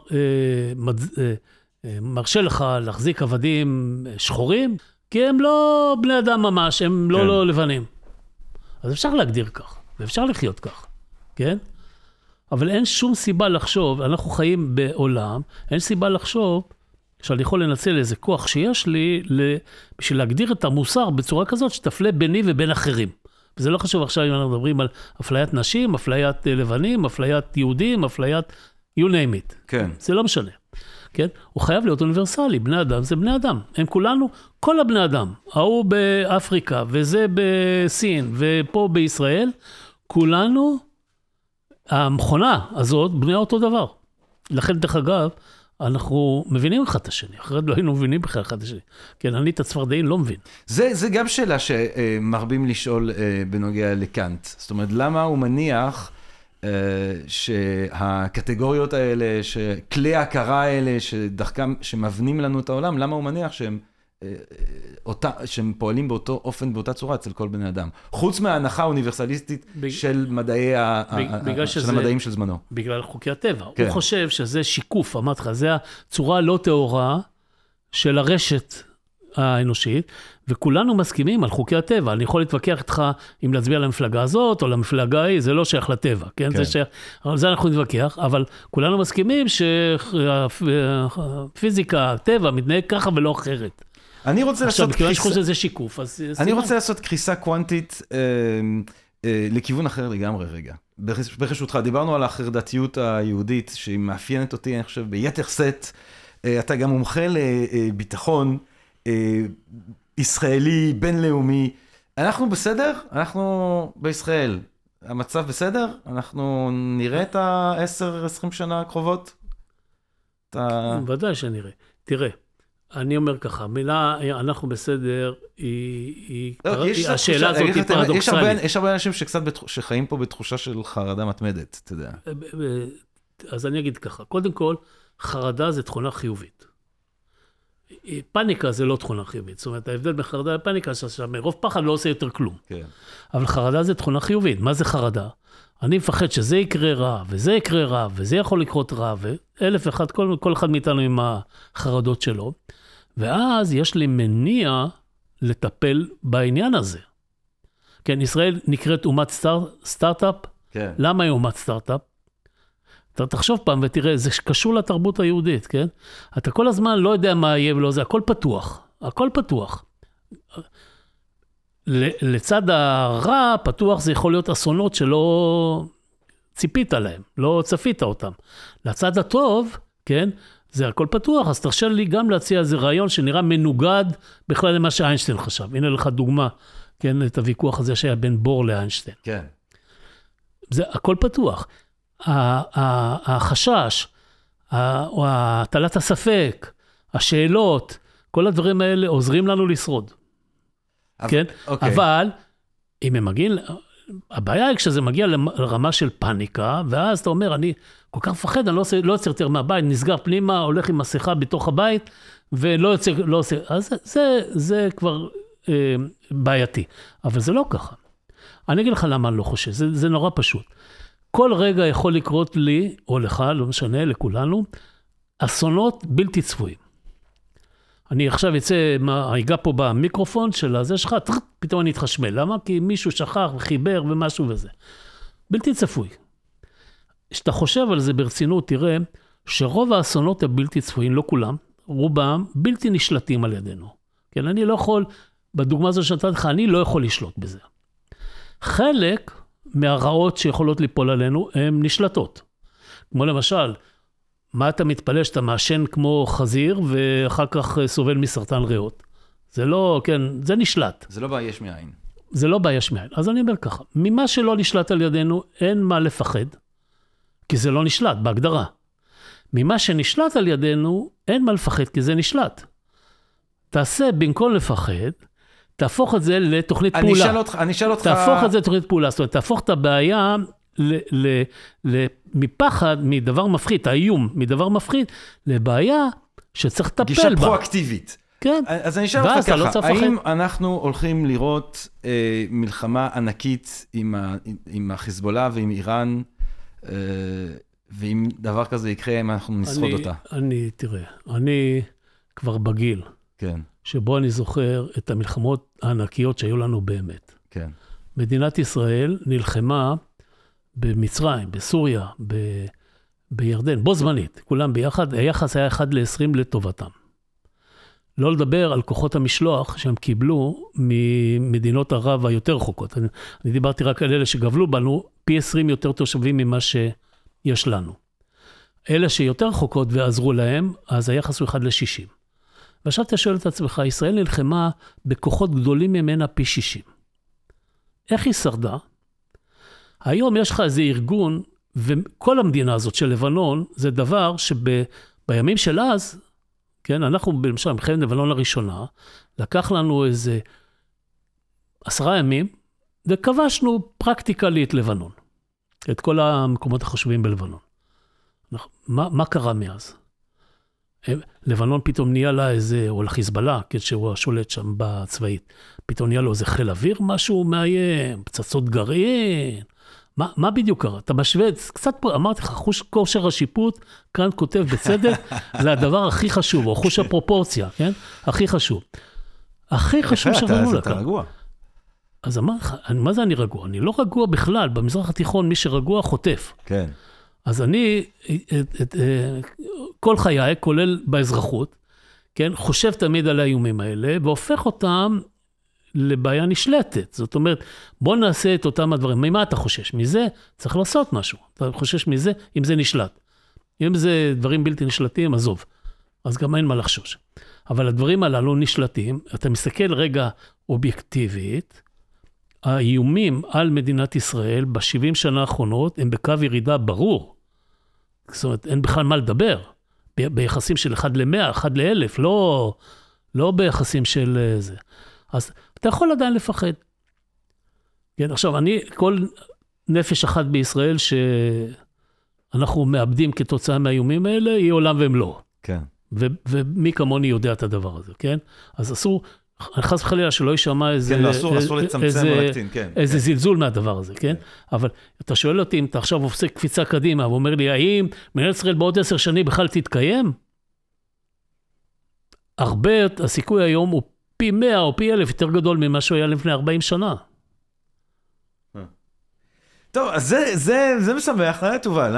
מרשה לך להחזיק עבדים שחורים, כי הם לא בני אדם ממש, הם כן. לא לבנים. אז אפשר להגדיר כך, ואפשר לחיות כך, כן? אבל אין שום סיבה לחשוב, אנחנו חיים בעולם, אין סיבה לחשוב, שאני יכול לנצל איזה כוח שיש לי, בשביל להגדיר את המוסר בצורה כזאת, שתפלה ביני ובין אחרים. וזה לא חשוב עכשיו אם אנחנו מדברים על אפליית נשים, אפליית לבנים, אפליית יהודים, אפליית you name it. כן. זה לא משנה. כן? הוא חייב להיות אוניברסלי, בני אדם זה בני אדם. הם כולנו, כל הבני אדם, ההוא באפריקה, וזה בסין, ופה בישראל, כולנו, המכונה הזאת, בני אותו דבר. לכן, דרך אגב, אנחנו מבינים אחד את השני, אחרת לא היינו מבינים בכלל אחד את השני. כן, אני את הצפרדעים לא מבין. זה גם שאלה שמרבים לשאול בנוגע לקאנט. זאת אומרת, למה הוא מניח שהקטגוריות האלה, שכלי ההכרה האלה, שדרכם, שמבנים לנו את העולם, למה הוא מניח שהם שהם פועלים באותו אופן, באותה צורה אצל כל בני אדם. חוץ מההנחה האוניברסליסטית של המדעים של זמנו. בגלל חוקי הטבע. הוא חושב שזה שיקוף, אמרתי לך, זה הצורה הלא טהורה של הרשת האנושית, וכולנו מסכימים על חוקי הטבע. אני יכול להתווכח איתך אם להצביע למפלגה הזאת או למפלגה ההיא, זה לא שייך לטבע, כן? על זה אנחנו נתווכח, אבל כולנו מסכימים שהפיזיקה, הטבע, מתנהג ככה ולא אחרת. אני רוצה לעשות עכשיו, מכיוון שחושב שזה שיקוף, אז... אני רוצה לעשות קריסה קוונטית לכיוון אחר לגמרי רגע. ברשותך, דיברנו על החרדתיות היהודית, שהיא מאפיינת אותי, אני חושב, ביתר סט. אתה גם מומחה לביטחון ישראלי, בינלאומי. אנחנו בסדר? אנחנו בישראל. המצב בסדר? אנחנו נראה את ה-10-20 שנה הקרובות? ודאי שנראה. תראה. אני אומר ככה, מילה, אנחנו בסדר, השאלה הזאת היא פרדוקסלית. יש הרבה אנשים שחיים פה בתחושה של חרדה מתמדת, אתה יודע. אז אני אגיד ככה, קודם כל, חרדה זה תכונה חיובית. פאניקה זה לא תכונה חיובית, זאת אומרת, ההבדל בין חרדה לפאניקה, מרוב פחד לא עושה יותר כלום. אבל חרדה זה תכונה חיובית. מה זה חרדה? אני מפחד שזה יקרה רע, וזה יקרה רע, וזה יכול לקרות רע, ואלף אחד, כל אחד מאיתנו עם החרדות שלו. ואז יש לי מניע לטפל בעניין הזה. כן, ישראל נקראת אומת סטארט-אפ. כן. למה היא אומת סטארט-אפ? אתה תחשוב פעם ותראה, זה קשור לתרבות היהודית, כן? אתה כל הזמן לא יודע מה יהיה ולא זה, הכל פתוח. הכל פתוח. לצד הרע, פתוח זה יכול להיות אסונות שלא ציפית עליהם, לא צפית אותם. לצד הטוב, כן? זה הכל פתוח, אז תרשה לי גם להציע איזה רעיון שנראה מנוגד בכלל למה שאיינשטיין חשב. הנה לך דוגמה, כן, את הוויכוח הזה שהיה בין בור לאיינשטיין. כן. זה הכל פתוח. החשש, או הטלת הספק, השאלות, כל הדברים האלה עוזרים לנו לשרוד. כן? אבל, אם הם מגיעים, הבעיה היא כשזה מגיע לרמה של פאניקה, ואז אתה אומר, אני כל כך מפחד, אני לא יוצר יותר מהבית, נסגר פנימה, הולך עם מסכה בתוך הבית, ולא יוצר, לא עושה, אז זה כבר בעייתי. אבל זה לא ככה. אני אגיד לך למה אני לא חושב, זה נורא פשוט. כל רגע יכול לקרות לי, או לך, לא משנה, לכולנו, אסונות בלתי צפויים. אני עכשיו אגע פה במיקרופון של הזה שלך, פתאום אני אתחשמל. למה? כי מישהו שכח וחיבר ומשהו וזה. בלתי צפוי. כשאתה חושב על זה ברצינות, תראה שרוב האסונות הבלתי צפויים, לא כולם, רובם בלתי נשלטים על ידינו. כן, אני לא יכול, בדוגמה הזו שנתתי לך, אני לא יכול לשלוט בזה. חלק מהרעות שיכולות ליפול עלינו, הן נשלטות. כמו למשל, מה אתה מתפלא שאתה מעשן כמו חזיר, ואחר כך סובל מסרטן ריאות? זה לא, כן, זה נשלט. זה לא בא יש מאין. זה לא בא יש מאין. אז אני אומר ככה, ממה שלא נשלט על ידינו, אין מה לפחד, כי זה לא נשלט, בהגדרה. ממה שנשלט על ידינו, אין מה לפחד, כי זה נשלט. תעשה, במקום לפחד, תהפוך את זה לתוכנית פעולה. אני אשאל אותך... תהפוך את זה לתוכנית פעולה, זאת אומרת, תהפוך את הבעיה מפחד, מדבר מפחיד, האיום מדבר מפחיד, לבעיה שצריך לטפל בה. גישה פרואקטיבית. כן. אז אני אשאל אותך ככה, האם אנחנו הולכים לראות מלחמה ענקית עם החיזבאללה ועם איראן, ואם דבר כזה יקרה, אם אנחנו נשרוד אותה? תראה, אני כבר בגיל. כן. שבו אני זוכר את המלחמות הענקיות שהיו לנו באמת. כן. מדינת ישראל נלחמה במצרים, בסוריה, בירדן, בו זמנית, כולם ביחד, היחס היה 1-20 לטובתם. לא לדבר על כוחות המשלוח שהם קיבלו ממדינות ערב היותר רחוקות. אני דיברתי רק על אלה שגבלו בנו, פי 20 יותר תושבים ממה שיש לנו. אלה שיותר רחוקות ועזרו להם, אז היחס הוא 1-60. ועכשיו אתה שואל את עצמך, ישראל נלחמה בכוחות גדולים ממנה פי 60. איך היא שרדה? היום יש לך איזה ארגון, וכל המדינה הזאת של לבנון, זה דבר שבימים של אז, כן, אנחנו למשל, במלחמת לבנון הראשונה, לקח לנו איזה 10 ימים, וכבשנו פרקטיקלית לבנון. את כל המקומות החשובים בלבנון. מה קרה מאז? לבנון פתאום נהיה לה איזה, או לחיזבאללה, כשהוא שולט שם בצבאית, פתאום נהיה לו איזה חיל אוויר, משהו מאיים, פצצות גרעין, מה בדיוק קרה? אתה משווה, קצת פה, אמרתי לך, חוש כושר השיפוט, כאן כותב בצדק, זה הדבר הכי חשוב, או חוש הפרופורציה, כן? הכי חשוב. הכי חשוב שראינו לכאן. אתה רגוע. אז אמר לך, מה זה אני רגוע? אני לא רגוע בכלל, במזרח התיכון מי שרגוע חוטף. כן. אז אני, כל חיי, כולל באזרחות, כן, חושב תמיד על האיומים האלה, והופך אותם לבעיה נשלטת. זאת אומרת, בוא נעשה את אותם הדברים. ממה אתה חושש? מזה צריך לעשות משהו. אתה חושש מזה, אם זה נשלט. אם זה דברים בלתי נשלטים, עזוב. אז גם אין מה לחשוש. אבל הדברים הללו נשלטים, אתה מסתכל רגע אובייקטיבית, האיומים על מדינת ישראל ב-70 שנה האחרונות הם בקו ירידה ברור. זאת אומרת, אין בכלל מה לדבר. ביחסים של 1 ל-100, 1 ל-1000, לא ביחסים של זה. אז אתה יכול עדיין לפחד. כן, עכשיו, כל נפש אחת בישראל שאנחנו מאבדים כתוצאה מהאיומים האלה, היא עולם ומלואו. כן. ומי כמוני יודע את הדבר הזה, כן? אז אסור, חס וחלילה שלא יישמע איזה... כן, אסור לצמצם או להקטין, כן. איזה זלזול מהדבר הזה, כן? אבל אתה שואל אותי, אם אתה עכשיו עושה קפיצה קדימה, ואומר לי, האם מדינת ישראל בעוד 10 שנים בכלל תתקיים? הסיכוי היום הוא פי 100 או פי 1000 יותר גדול ממה שהוא היה לפני 40 שנה. טוב, אז זה משמח, תובל,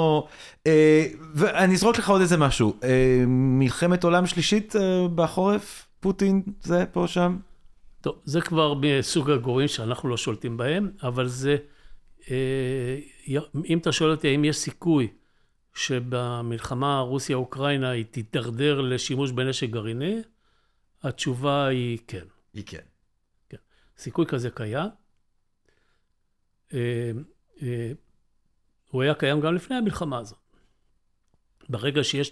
ואני אזרוק לך עוד איזה משהו. מלחמת עולם שלישית בחורף, פוטין, זה פה שם? טוב, זה כבר מסוג הגורמים שאנחנו לא שולטים בהם, אבל זה, אם אתה שואל אותי, האם יש סיכוי שבמלחמה רוסיה-אוקראינה היא תתדרדר לשימוש בנשק גרעיני, התשובה היא כן. היא כן. כן. סיכוי כזה קיים. הוא היה קיים גם לפני המלחמה הזאת. ברגע שיש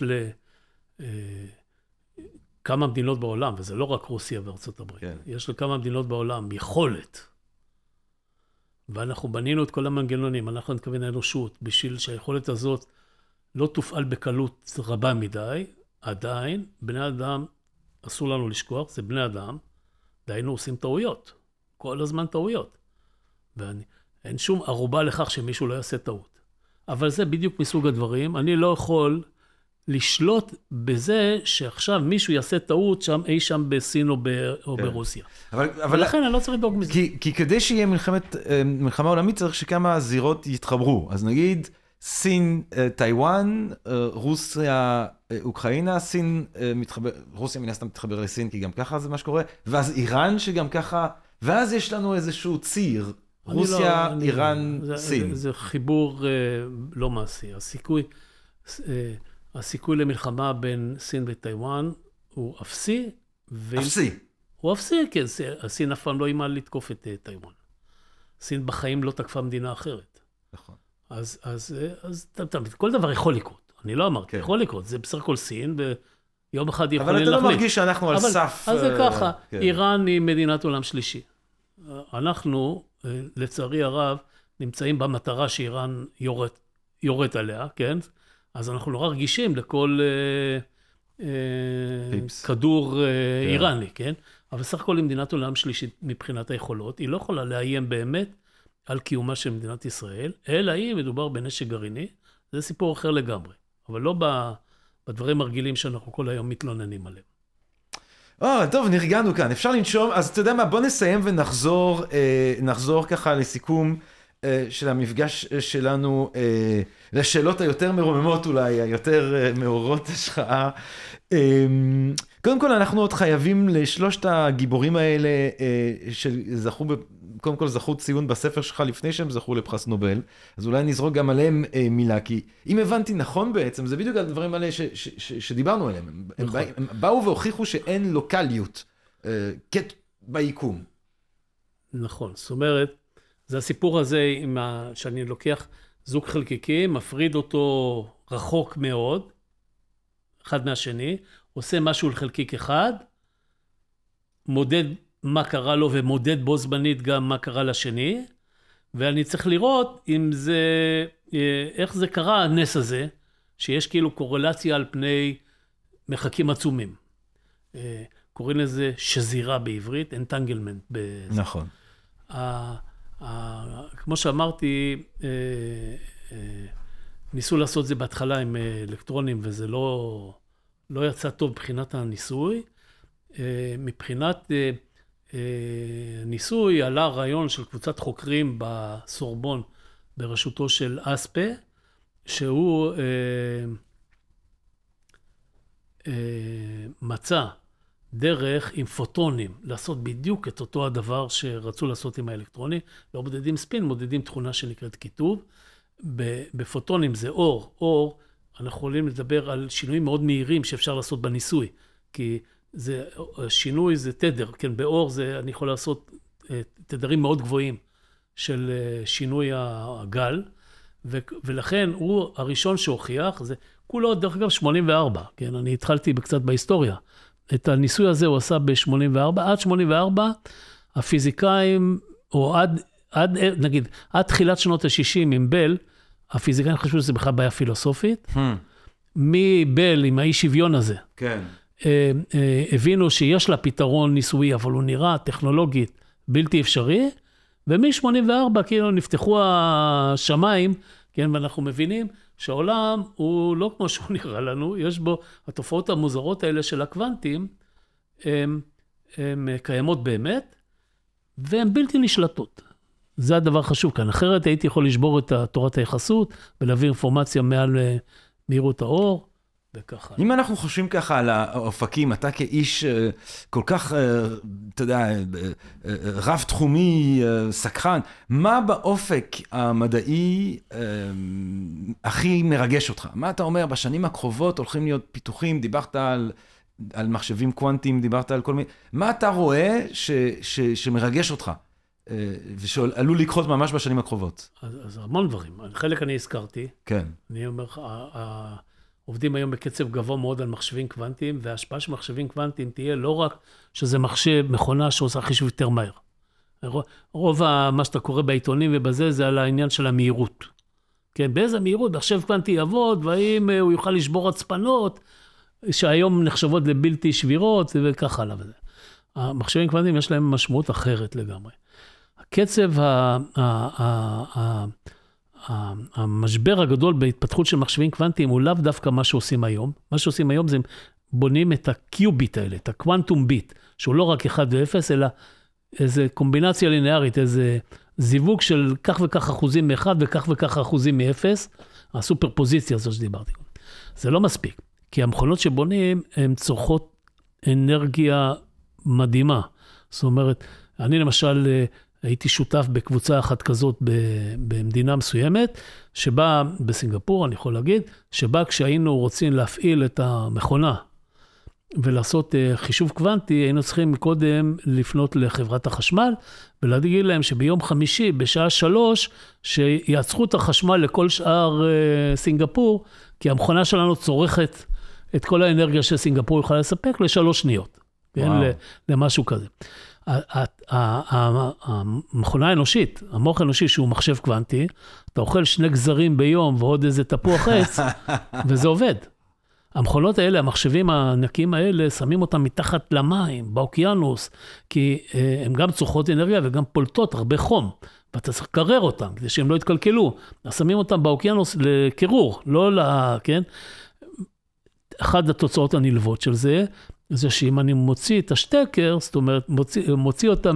לכמה מדינות בעולם, וזה לא רק רוסיה וארצות הברית, כן. יש לכמה מדינות בעולם יכולת, ואנחנו בנינו את כל המנגנונים, אנחנו נתכוון האנושות, בשביל שהיכולת הזאת לא תופעל בקלות רבה מדי, עדיין, בני אדם, אסור לנו לשכוח, זה בני אדם, דיינו עושים טעויות, כל הזמן טעויות. אין שום ערובה לכך שמישהו לא יעשה טעות. אבל זה בדיוק מסוג הדברים, אני לא יכול לשלוט בזה שעכשיו מישהו יעשה טעות שם, אי שם בסין או ברוסיה. ולכן אני לא צריך לדאוג מזה. כי כדי שיהיה מלחמה עולמית צריך שכמה זירות יתחברו. אז נגיד סין, טיואן, רוסיה, אוקראינה, רוסיה מן הסתם מתחבר לסין, כי גם ככה זה מה שקורה, ואז איראן שגם ככה, ואז יש לנו איזשהו ציר, רוסיה, איראן, סין. זה חיבור לא מעשי. הסיכוי למלחמה בין סין וטיואן הוא אפסי. אפסי? הוא אפסי, כן. הסין אף פעם לא אימה לתקוף את טיואן. סין בחיים לא תקפה מדינה אחרת. נכון. אז כל דבר יכול לקרות. אני לא אמרתי, יכול לקרות. זה בסך הכל סין, ויום אחד יכולים להחליט. אבל אתה לא מרגיש שאנחנו על סף... אז זה ככה, איראן היא מדינת עולם שלישי. אנחנו, לצערי הרב, נמצאים במטרה שאיראן יורת עליה, כן? אז אנחנו נורא רגישים לכל כדור איראני, כן? אבל סך הכל היא מדינת עולם שלישית מבחינת היכולות, היא לא יכולה לאיים באמת על קיומה של מדינת ישראל, אלא היא מדובר בנשק גרעיני, זה סיפור אחר לגמרי, אבל לא בדברים הרגילים שאנחנו כל היום מתלוננים עליהם. טוב, נרגענו כאן, אפשר לנשום, אז אתה יודע מה, בוא נסיים ונחזור ככה לסיכום של המפגש שלנו, לשאלות היותר מרוממות אולי, היותר מעוררות השחאה. קודם כל, אנחנו עוד חייבים לשלושת הגיבורים האלה, שזכו, קודם כל זכו ציון בספר שלך לפני שהם זכו לפרס נובל, אז אולי נזרוק גם עליהם מילה, כי אם הבנתי נכון בעצם, זה בדיוק הדברים האלה שדיברנו עליהם. הם באו והוכיחו שאין לוקליות ביקום. נכון, זאת אומרת, זה הסיפור הזה שאני לוקח זוג חלקיקים, מפריד אותו רחוק מאוד, אחד מהשני, עושה משהו לחלקיק אחד, מודד מה קרה לו ומודד בו זמנית גם מה קרה לשני, ואני צריך לראות אם זה, איך זה קרה הנס הזה, שיש כאילו קורלציה על פני מרחקים עצומים. קוראים לזה שזירה בעברית, entanglement. נכון. כמו שאמרתי, ניסו לעשות זה בהתחלה עם אלקטרונים, וזה לא יצא טוב מבחינת הניסוי. מבחינת ניסוי עלה רעיון של קבוצת חוקרים בסורבון, בראשותו של אספה, שהוא מצא דרך עם פוטונים, לעשות בדיוק את אותו הדבר שרצו לעשות עם האלקטרונים, לא מודדים ספין, מודדים תכונה שנקראת כיתוב. בפוטונים זה אור, אנחנו יכולים לדבר על שינויים מאוד מהירים שאפשר לעשות בניסוי, כי שינוי זה תדר, כן, באור אני יכול לעשות תדרים מאוד גבוהים של שינוי הגל, ולכן הוא הראשון שהוכיח, זה כולו דרך אגב 84, כן, אני התחלתי קצת בהיסטוריה, את הניסוי הזה הוא עשה ב-84, עד 84 הפיזיקאים, או נגיד, עד תחילת שנות ה-60 עם בל, הפיזיקאים חשבו שזה בכלל בעיה פילוסופית, מבל עם האי שוויון הזה, כן. הבינו שיש לה פתרון ניסויי, אבל הוא נראה טכנולוגית בלתי אפשרי, ומ-84 כאילו נפתחו השמיים, כן, ואנחנו מבינים שהעולם הוא לא כמו שהוא נראה לנו, יש בו, התופעות המוזרות האלה של הקוונטים, הן קיימות באמת, והן בלתי נשלטות. זה הדבר חשוב כאן, אחרת הייתי יכול לשבור את תורת היחסות, ולהביא אינפורמציה מעל מהירות האור, וככה. אם אנחנו חושבים ככה על האופקים, אתה כאיש כל כך, אתה יודע, רב-תחומי, סקרן, מה באופק המדעי הכי מרגש אותך? מה אתה אומר, בשנים הקרובות הולכים להיות פיתוחים, דיברת על מחשבים קוונטיים, דיברת על כל מיני, מה אתה רואה שמרגש אותך? ושעלול לקרות ממש בשנים הקרובות? אז המון דברים. חלק אני הזכרתי. כן. אני אומר לך, עובדים היום בקצב גבוה מאוד על מחשבים קוונטיים, וההשפעה של מחשבים קוונטיים תהיה לא רק שזה מחשב, מכונה שעושה חישוב יותר מהר. רוב מה שאתה קורא בעיתונים ובזה, זה על העניין של המהירות. כן, באיזה מהירות מחשב קוונטי יעבוד, והאם הוא יוכל לשבור הצפנות, שהיום נחשבות לבלתי שבירות, וכך הלאה וזה. המחשבים קוונטיים יש להם משמעות אחרת לגמרי. הקצב המשבר הגדול בהתפתחות של מחשבים קוונטיים הוא לאו דווקא מה שעושים היום. מה שעושים היום זה בונים את הקיוביט האלה, את הקוונטום ביט, שהוא לא רק 1 ו-0, אלא איזו קומבינציה לינארית, איזה זיווג של כך וכך אחוזים מ-1 וכך וכך אחוזים מ-0, הסופר פוזיציה הזו שדיברתי. זה לא מספיק, כי המכונות שבונים הן צורכות אנרגיה מדהימה. זאת אומרת, אני למשל הייתי שותף בקבוצה אחת כזאת במדינה מסוימת, שבה בסינגפור, אני יכול להגיד, שבה כשהיינו רוצים להפעיל את המכונה ולעשות חישוב קוונטי, היינו צריכים קודם לפנות לחברת החשמל, ולהגיד להם שביום חמישי, בשעה 3, שיעצרו את החשמל לכל שאר סינגפור, כי המכונה שלנו צורכת את כל האנרגיה שסינגפור יוכל לספק ל3 שניות, כן? למשהו כזה. המכונה האנושית, המוח האנושי שהוא מחשב קוונטי, אתה אוכל 2 גזרים ביום ועוד איזה תפוח עץ, וזה עובד. המכונות האלה, המחשבים הענקים האלה, שמים אותם מתחת למים, באוקיינוס, כי הם גם צורכות אנרגיה וגם פולטות הרבה חום, ואתה צריך לקרר אותם, כדי שהם לא יתקלקלו. אז שמים אותם באוקיינוס לקירור, לא כן? אחת התוצאות הנלוות של זה, זה שאם אני מוציא את השטקר, זאת אומרת, מוציא אותה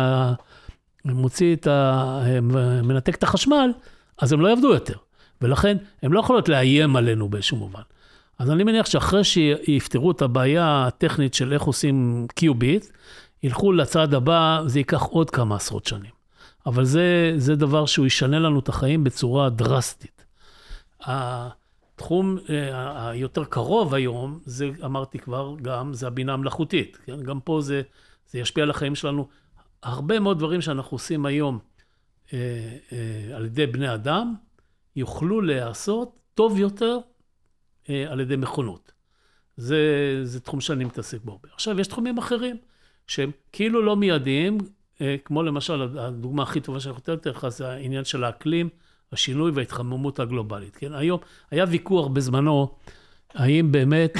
מנתק את החשמל, אז הם לא יעבדו יותר. ולכן, הם לא יכולות לאיים עלינו באיזשהו מובן. אז אני מניח שאחרי שיפתרו את הבעיה הטכנית של איך עושים קיוביט, ילכו לצעד הבא, זה ייקח עוד כמה עשרות שנים. אבל זה דבר שהוא ישנה לנו את החיים בצורה דרסטית. התחום היותר קרוב היום, זה אמרתי כבר גם, זה הבינה המלאכותית. כן? גם פה זה ישפיע על החיים שלנו. הרבה מאוד דברים שאנחנו עושים היום על ידי בני אדם, יוכלו לעשות טוב יותר על ידי מכונות. זה תחום שאני מתעסק בו הרבה. עכשיו, יש תחומים אחרים, שהם כאילו לא מיידיים, כמו למשל, הדוגמה הכי טובה שאני חושב יותר, זה העניין של האקלים, השינוי וההתחממות הגלובלית. כן? היום היה ויכוח בזמנו, האם באמת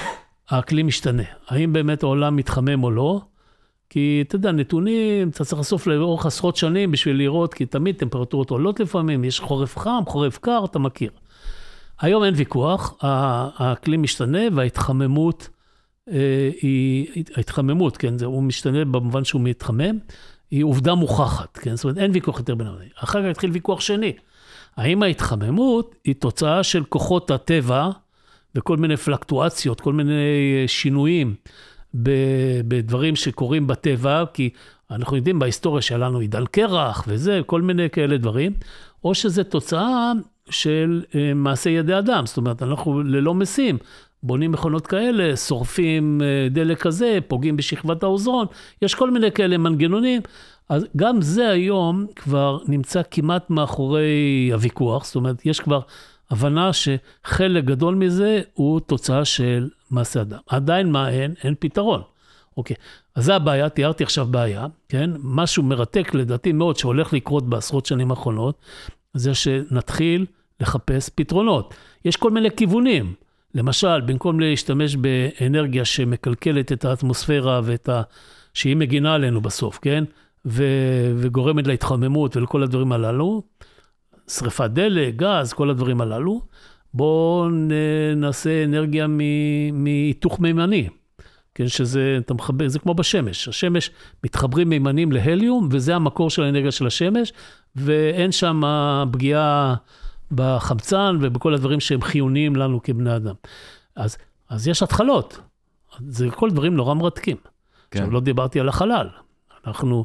האקלים משתנה. האם באמת העולם מתחמם או לא? כי אתה יודע, נתונים, אתה צריך לסוף לאורך עשרות שנים בשביל לראות, כי תמיד טמפרטורות עולות לפעמים, יש חורף חם, חורף קר, אתה מכיר. היום אין ויכוח, האקלים משתנה וההתחממות, ההתחממות, כן, הוא משתנה במובן שהוא מתחמם, היא עובדה מוכחת, כן, זאת אומרת, אין ויכוח יותר בין העובדים. אחר כך התחיל ויכוח שני. האם ההתחממות היא תוצאה של כוחות הטבע, וכל מיני פלקטואציות, כל מיני שינויים, בדברים שקורים בטבע, כי אנחנו יודעים בהיסטוריה שלנו עידן קרח וזה, כל מיני כאלה דברים, או שזה תוצאה של מעשה ידי אדם, זאת אומרת, אנחנו ללא משים, בונים מכונות כאלה, שורפים דלק כזה, פוגעים בשכבת האוזון, יש כל מיני כאלה מנגנונים, אז גם זה היום כבר נמצא כמעט מאחורי הוויכוח, זאת אומרת, יש כבר הבנה שחלק גדול מזה הוא תוצאה של מעשה אדם. עדיין מה אין? אין פתרון. אוקיי, אז זה הבעיה, תיארתי עכשיו בעיה, כן? משהו מרתק לדעתי מאוד שהולך לקרות בעשרות שנים האחרונות, זה שנתחיל לחפש פתרונות. יש כל מיני כיוונים, למשל, במקום להשתמש באנרגיה שמקלקלת את האטמוספירה שהיא מגינה עלינו בסוף, כן? וגורמת להתחממות ולכל הדברים הללו, שריפת דלק, גז, כל הדברים הללו, בואו נעשה אנרגיה מהיתוך מימני, כן, שזה, אתה מחבר, זה כמו בשמש, השמש מתחברים מימנים להליום, וזה המקור של האנרגיה של השמש, ואין שם פגיעה בחמצן ובכל הדברים שהם חיוניים לנו כבני אדם. אז יש התחלות, זה כל דברים נורא מרתקים. כן. עכשיו לא דיברתי על החלל, אנחנו,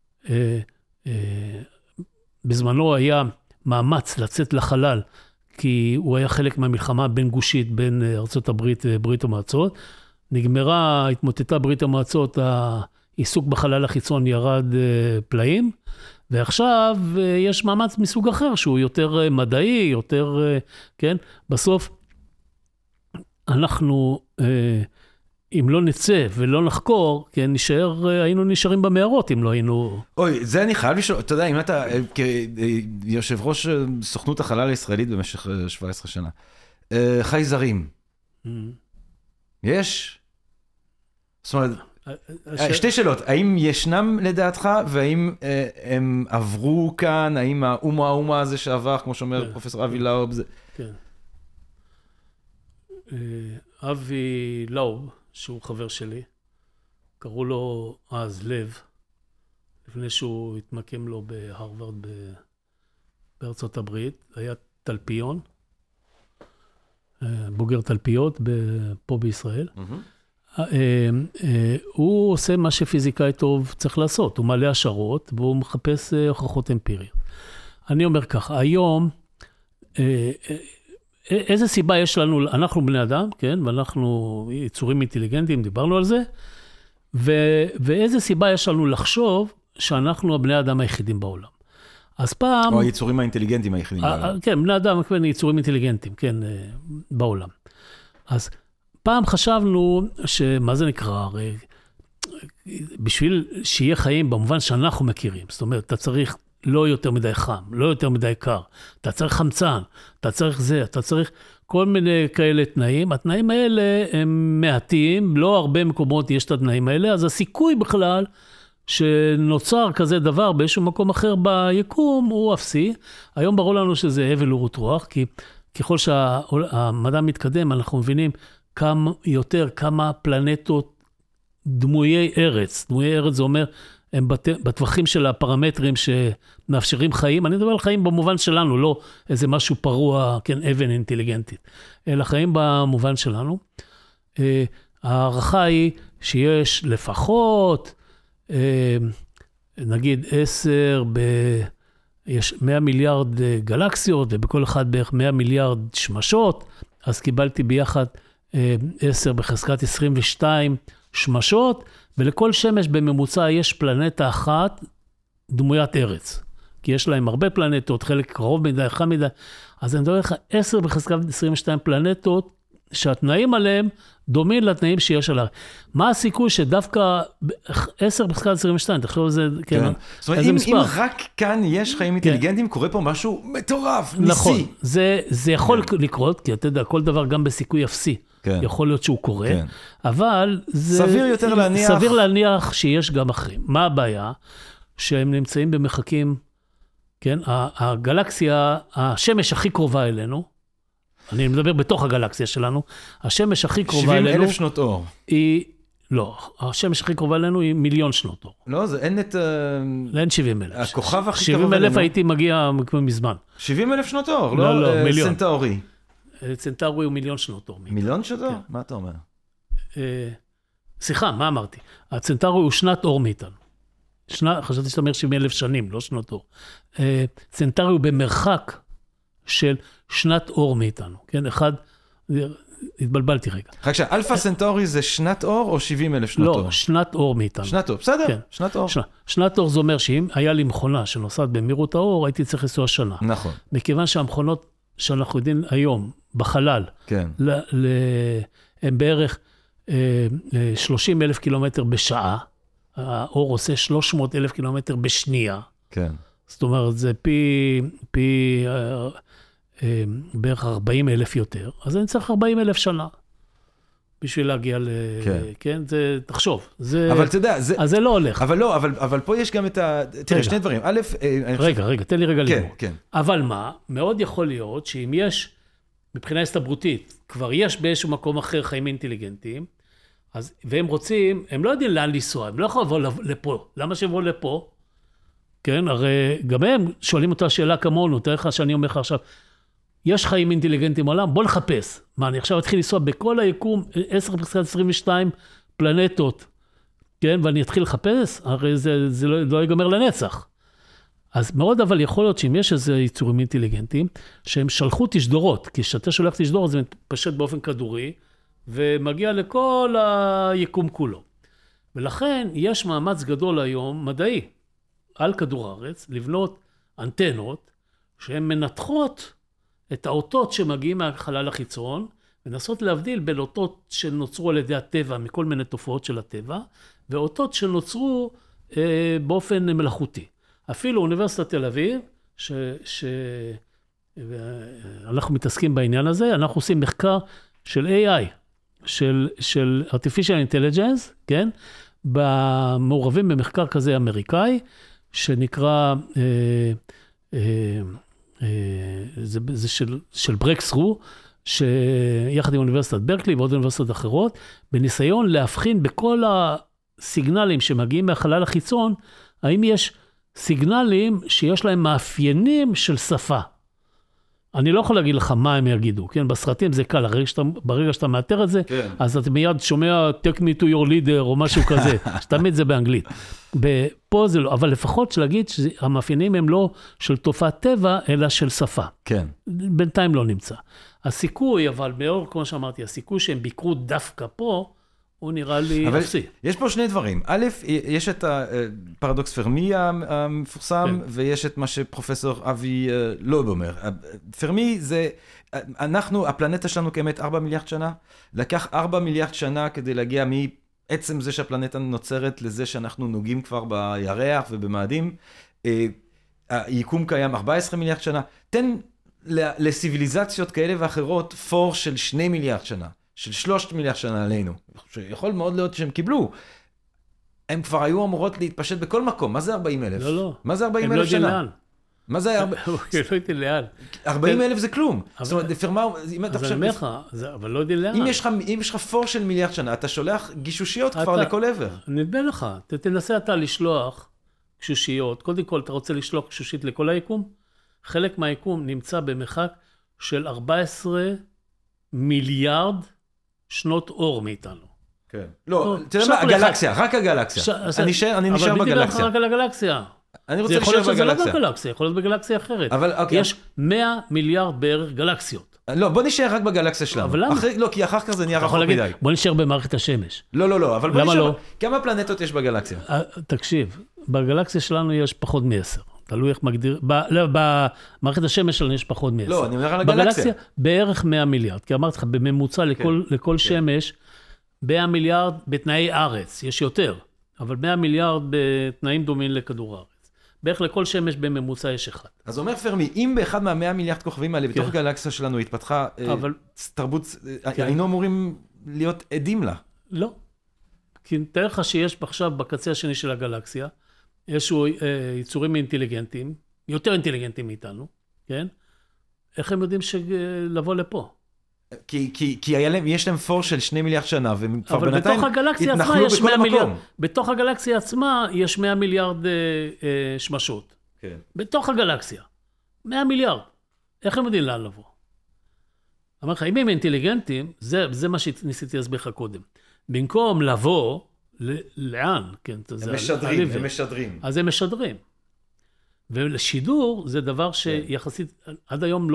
בזמנו היה מאמץ לצאת לחלל, כי הוא היה חלק מהמלחמה בין גושית, בין ארצות הברית וברית המועצות. נגמרה, התמוטטה ברית המועצות, העיסוק בחלל החיצון ירד פלאים, ועכשיו יש מאמץ מסוג אחר, שהוא יותר מדעי, יותר, כן, בסוף אנחנו, אם לא נצא ולא נחקור, כן, היינו נשארים במערות, אם לא היינו... אוי, זה אני חייב לשאול, אתה יודע, אם אתה, כיושב ראש סוכנות החלל הישראלית במשך 17 שנה, חייזרים, יש? זאת אומרת, שתי שאלות, האם ישנם לדעתך, והאם הם עברו כאן, האם האומה הזה שעבר, כמו שאומר פרופסור אבי לאוב, זה... כן. אבי לאוב, שהוא חבר שלי, קראו לו אז לב, לפני שהוא התמקם לו בהרווארד בארצות הברית, היה תלפיון, בוגר תלפיות פה בישראל. הוא עושה מה שפיזיקאי טוב צריך לעשות, הוא מעלה השערות והוא מחפש הוכחות אמפיריות. אני אומר ככה, היום, איזה סיבה יש לנו, אנחנו בני אדם, כן, ואנחנו יצורים אינטליגנטיים, דיברנו על זה, ואיזה סיבה יש לנו לחשוב שאנחנו הבני אדם היחידים בעולם. אז פעם... או היצורים האינטליגנטיים היחידים בעולם. כן, בני אדם יצורים אינטליגנטיים, כן, בעולם. אז פעם חשבנו שמה זה נקרא, הרי, בשביל שיהיה חיים במובן שאנחנו מכירים, זאת אומרת, אתה צריך לא יותר מדי חם, לא יותר מדי קר, אתה צריך חמצן, אתה צריך זה, אתה צריך כל מיני כאלה תנאים, התנאים האלה הם מעטים, לא הרבה מקומות יש את התנאים האלה, אז הסיכוי בכלל שנוצר כזה דבר באיזשהו מקום אחר ביקום הוא אפסי. היום ברור לנו שזה הבל ורעות רוח, כי ככל שהמדע מתקדם אנחנו מבינים כמה פלנטות דמויי ארץ. דמויי ארץ זה אומר, הם בטווחים של הפרמטרים שמאפשרים חיים. אני מדבר על חיים במובן שלנו, לא איזה משהו פרוע, כן, אבן אינטליגנטית, אלא חיים במובן שלנו. הערכה היא שיש לפחות, נגיד 10, יש 100 מיליארד גלקסיות, ובכל אחד בערך 100 מיליארד שמשות, אז קיבלתי ביחד 10 בחזקת 22 שמשות, ולכל שמש בממוצע יש פלנטה אחת דמוית ארץ. כי יש להם הרבה פלנטות, חלק קרוב מדי, חם מדי. אז אני מדבר לך, 10 בחזקת 22 פלנטות שהתנאים עליהם דומים לתנאים שיש עליו. מה הסיכוי שדווקא 10 × 22, תחשוב על זה, כן, זאת אומרת, אם רק כאן יש חיים אינטליגנטיים, קורה פה משהו מטורף, ניסי. נכון, זה יכול לקרות, כי אתה יודע, כל דבר גם בסיכוי אפסי, יכול להיות שהוא קורה, אבל סביר להניח שיש גם אחרים. מה הבעיה? שהם נמצאים במרחקים, כן, הגלקסיה, השמש הכי קרובה אלינו, אני מדבר בתוך הגלקסיה שלנו, השמש הכי קרובה אלינו... 70,000 שנות אור. לא, השמש הכי קרובה אלינו היא 1,000,000 שנות אור. לא, אין את... אין 70,000. הכוכב הכי קרוב אלינו. 70,000 הייתי מגיע מזמן. 70,000 שנות אור, לא מיליון. סנטאורי. סנטאורי הוא 1,000,000 שנות אור. 1,000,000 שנות אור? מה אתה אומר? סליחה, מה אמרתי? הסנטאורי הוא שנת אור מאיתנו. חשבתי שאתה אומר 70,000 שנים, לא שנות אור. סנטאורי הוא במרחק של שנת אור מאיתנו, כן? התבלבלתי רגע. רק אלפא סנטאורי זה שנת אור או 70,000 שנות אור? לא, שנת אור מאיתנו. שנת אור, בסדר, כן. שנת אור. שנת אור זה אומר שאם היה לי מכונה שנוסעת במהירות האור, הייתי צריך לנסוע שנה. נכון. מכיוון שהמכונות שאנחנו יודעים היום בחלל, כן. הם בערך 30,000 קילומטר בשעה, האור עושה 300,000 קילומטר בשנייה. כן. זאת אומרת, זה בערך 40,000 יותר, אז אני צריך 40,000 שנה בשביל להגיע כן, זה, תחשוב. אבל אתה יודע, אז זה לא הולך. אבל לא, אבל פה יש גם את תראה, שני דברים. א', רגע, תן לי רגע ללמוד. כן. אבל מה, מאוד יכול להיות שאם יש, מבחינה הסתברותית, כבר יש באיזשהו מקום אחר חיים אינטליגנטיים, והם רוצים, הם לא יודעים לאן לנסוע, הם לא יכולים לבוא לפה. למה שהם יבואו לפה? כן, הרי גם הם שואלים אותה שאלה כמונו, תראה לך שאני אומר לך עכשיו, יש חיים אינטליגנטיים בעולם, בוא נחפש. מה, אני עכשיו אתחיל לנסוע בכל היקום, 10/22 פלנטות, כן, ואני אתחיל לחפש, הרי זה לא ייגמר לנצח. אז מאוד אבל יכול להיות שאם יש איזה יצורים אינטליגנטיים, שהם שלחו תשדורות, כי כשאתה שולח תשדורות, זה מתפשט באופן כדורי, ומגיע לכל היקום כולו. ולכן יש מאמץ גדול היום, מדעי, על כדור הארץ, לבנות אנטנות, שהן מנתחות את האותות שמגיעים מהחלל החיצון, ונסות להבדיל בין אותות שנוצרו על ידי הטבע, מכל מיני תופעות של הטבע, ואותות שנוצרו באופן מלאכותי. אפילו אוניברסיטת תל אביב, אנחנו מתעסקים בעניין הזה, אנחנו עושים מחקר של AI, של Artificial Intelligence, כן? במעורבים במחקר כזה אמריקאי, שנקרא, זה של ברקסרו, שיחד עם אוניברסיטת ברקלי ועוד אוניברסיטות אחרות, בניסיון להבחין בכל הסיגנלים שמגיעים מהחלל החיצון, האם יש סיגנלים שיש להם מאפיינים של שפה. אני לא יכול להגיד לך מה הם יגידו, כן? בסרטים זה קל, ברגע שאתה מאתר את זה, כן. אז אתה מיד שומע take me to your leader או משהו כזה, שתמיד זה באנגלית. פה זה לא, אבל לפחות שלהגיד שהמאפיינים הם לא של תופעת טבע, אלא של שפה. כן. בינתיים לא נמצא. הסיכוי, אבל באור, כמו שאמרתי, הסיכוי שהם ביקרו דווקא פה, הוא נראה לי אפסי. יש פה שני דברים. א', יש את הפרדוקס פרמי המפורסם, ויש את מה שפרופסור אבי לוב אומר. פרמי זה, הפלנטה שלנו קיימת 4 מיליארד שנה, לקח 4 מיליארד שנה כדי להגיע מעצם זה שהפלנטה נוצרת לזה שאנחנו נוגעים כבר בירח ובמאדים. היקום קיים 14 מיליארד שנה. תן לסיביליזציות כאלה ואחרות פור של 2 מיליארד שנה. של 3 מיליארד שנה עלינו, שיכול מאוד להיות שהם קיבלו. הם כבר היו אמורות להתפשט בכל מקום. מה זה 40,000? לא. מה זה 40,000 שנה? הם לא יודעים לאן. מה זה 40,000? לא יודעים לאן. 40,000 זה כלום. זאת אומרת, פרמה, אז אני אומר לך, אבל לא יודעים לאן. אם יש לך פור של מיליארד שנה, אתה שולח גישושיות כבר לכל עבר. נדמה לך, תנסה אתה לשלוח גישושיות. קודם כל, אתה רוצה לשלוח גישושית לכל היקום? חלק מהיקום נמצא במרחק של 14 מיליארד שנות אור מאיתנו. כן. לא, תראה מה, הגלקסיה, רק הגלקסיה. אני נשאר בגלקסיה. אבל בדיוק רק על הגלקסיה. אני רוצה להישאר בגלקסיה. זה יכול להיות שזה לא בגלקסיה, יכול להיות בגלקסיה אחרת. יש 100 מיליארד בערך גלקסיות. לא, בוא נשאר רק בגלקסיה שלנו. אבל למה? לא, כי אחר כך זה נהיה רחוק מדי. בוא נשאר במערכת השמש. לא, אבל בוא נשאר. כמה פלנטות יש בגלקסיה? תקשיב, בגלקסיה שלנו יש פחות מ10. תלוי איך מגדיר, במערכת השמש שלנו יש פחות מ-10. לא, אני אומר על הגלקסיה. בגלקסיה בערך 100 מיליארד, כי אמרתי לך, בממוצע לכל שמש, 100 מיליארד בתנאי ארץ, יש יותר, אבל 100 מיליארד בתנאים דומים לכדור הארץ. בערך לכל שמש בממוצע יש אחד. אז אומר פרמי, אם באחד מה-100 מיליארד כוכבים האלה, בתוך הגלקסיה שלנו התפתחה תרבות, היינו אמורים להיות עדים לה. לא. כי נתאר לך שיש עכשיו בקצה השני של הגלקסיה, איזשהו יצורים אינטליגנטיים, יותר אינטליגנטיים מאיתנו, כן? איך הם יודעים לבוא לפה? כי יש להם פור של 2 מיליארד שנה, וכבר אבל בינתיים בתוך הגלקסיה עצמה יש 100 מיליארד. בתוך הגלקסיה עצמה יש 100 מיליארד שמשות. כן. בתוך הגלקסיה. 100 מיליארד. איך הם יודעים לאן לבוא? אמר לך, אם הם אינטליגנטים, זה מה שניסיתי להסביר לך קודם. במקום לבוא, לאן? כן, הם משדרים. אז הם משדרים. ולשידור זה דבר שיחסית, עד היום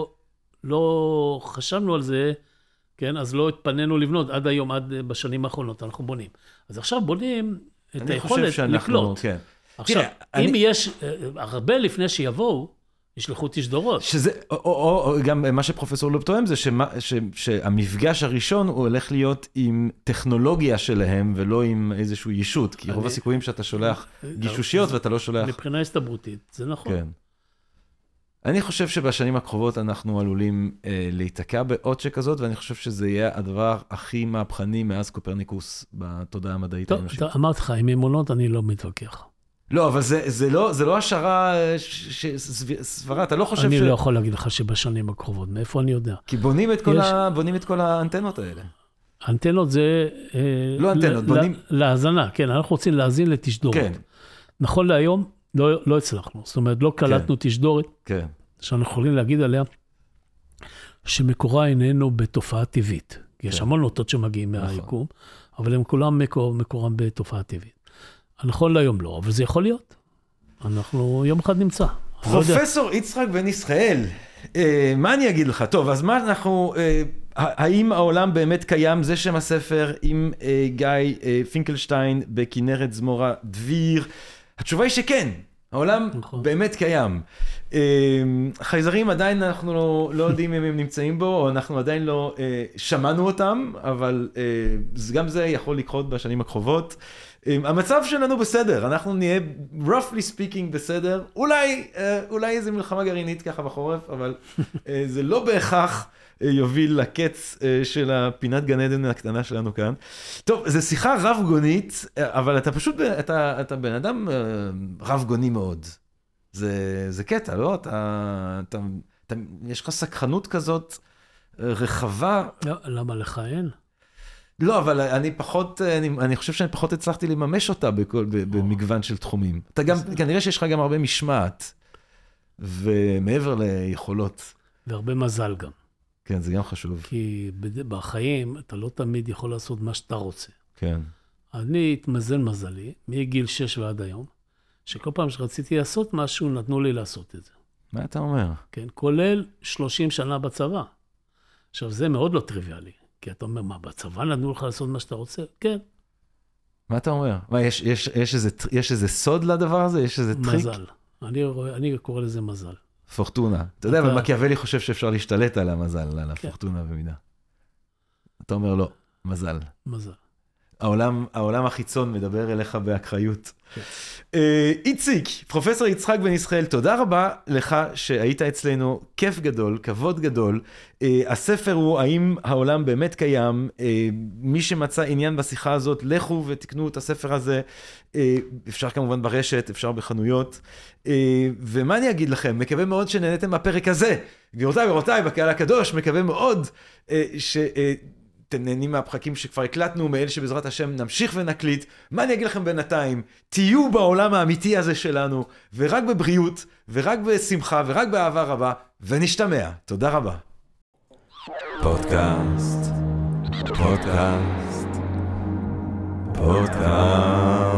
לא חשבנו על זה, כן? אז לא התפנינו לבנות עד היום, עד בשנים האחרונות, אנחנו בונים. אז עכשיו בונים את היכולת לקלוט. כן. עכשיו, אם יש הרבה לפני שיבואו, ישלחו תשדורות. שזה, או גם מה שפרופסור לופ טועם זה שהמפגש הראשון הוא הולך להיות עם טכנולוגיה שלהם ולא עם איזשהו ישות, כי רוב הסיכויים שאתה שולח גישושיות ואתה לא שולח... מבחינה הסתברותית, זה נכון. כן. אני חושב שבשנים הקרובות אנחנו עלולים להיתקע בעוד שכזאת, ואני חושב שזה יהיה הדבר הכי מהפכני מאז קופרניקוס בתודעה המדעית האנושית. טוב, אמרתי לך, עם אמונות אני לא מתווכח. לא, אבל זה לא השערה סברה, אתה לא חושב אני לא יכול להגיד לך שבשנים הקרובות, מאיפה אני יודע? כי בונים את כל האנטנות האלה. האנטנות זה... לא אנטנות, בונים... להאזנה, כן, אנחנו רוצים להאזין לתשדורת. כן. נכון להיום, לא הצלחנו. זאת אומרת, לא קלטנו תשדורת, כן. שאנחנו יכולים להגיד עליה, שמקורה איננו בתופעה טבעית. יש המון אותות שמגיעים מהיקום, אבל הם כולם מקורם בתופעה טבעית. נכון להיום לא, אבל זה יכול להיות. אנחנו יום אחד נמצא. פרופסור יצחק בן ישחאל, מה אני אגיד לך? טוב, אז מה אנחנו... האם העולם באמת קיים? זה שם הספר עם גיא פינקלשטיין בכנרת זמורה דביר. התשובה היא שכן, העולם באמת קיים. חייזרים עדיין אנחנו לא יודעים אם הם נמצאים בו, או אנחנו עדיין לא שמענו אותם, אבל גם זה יכול לקרות בשנים הקרובות. המצב שלנו בסדר, אנחנו נהיה roughly speaking בסדר, אולי איזו מלחמה גרעינית ככה בחורף, אבל זה לא בהכרח יוביל לקץ של הפינת גן עדן הקטנה שלנו כאן. טוב, זו שיחה רב-גונית, אבל אתה פשוט, אתה בן אדם רב-גוני מאוד. זה קטע, לא? יש לך סקחנות כזאת רחבה. למה לך אין? לא, אבל אני חושב שאני פחות הצלחתי לממש אותה במגוון של תחומים. כנראה שיש לך גם הרבה משמעת, ומעבר ליכולות. והרבה מזל גם. כן, זה גם חשוב. כי בחיים אתה לא תמיד יכול לעשות מה שאתה רוצה. כן. אני התמזל מזלי, מגיל 6 ועד היום, שכל פעם שרציתי לעשות משהו, נתנו לי לעשות את זה. מה אתה אומר? כן, כולל 30 שנה בצבא. עכשיו, זה מאוד לא טריוויאלי. כי אתה אומר, מה, בצבא נתנו לך לעשות מה שאתה רוצה? כן. מה אתה אומר? מה, יש איזה סוד לדבר הזה? יש איזה טריק? מזל. אני קורא לזה מזל. פורטונה. אתה יודע, אבל מקיאוולי חושב שאפשר להשתלט על המזל, על הפורטונה במידה. אתה אומר, לא, מזל. מזל. העולם החיצון מדבר אליך באקראיות. איציק, פרופסור יצחק בן ישחאל, תודה רבה לך שהיית אצלנו, כיף גדול, כבוד גדול. הספר הוא האם העולם באמת קיים. מי שמצא עניין בשיחה הזאת, לכו ותקנו את הספר הזה. אפשר כמובן ברשת, אפשר בחנויות. ומה אני אגיד לכם? מקווה מאוד שנהנתם מהפרק הזה. גבירותיי, בקהל הקדוש, מקווה מאוד אתם נהנים מהפחקים שכבר הקלטנו, מאלה שבעזרת השם נמשיך ונקליט. מה אני אגיד לכם בינתיים? תהיו בעולם האמיתי הזה שלנו, ורק בבריאות, ורק בשמחה, ורק באהבה רבה, ונשתמע. תודה רבה. פודקאסט.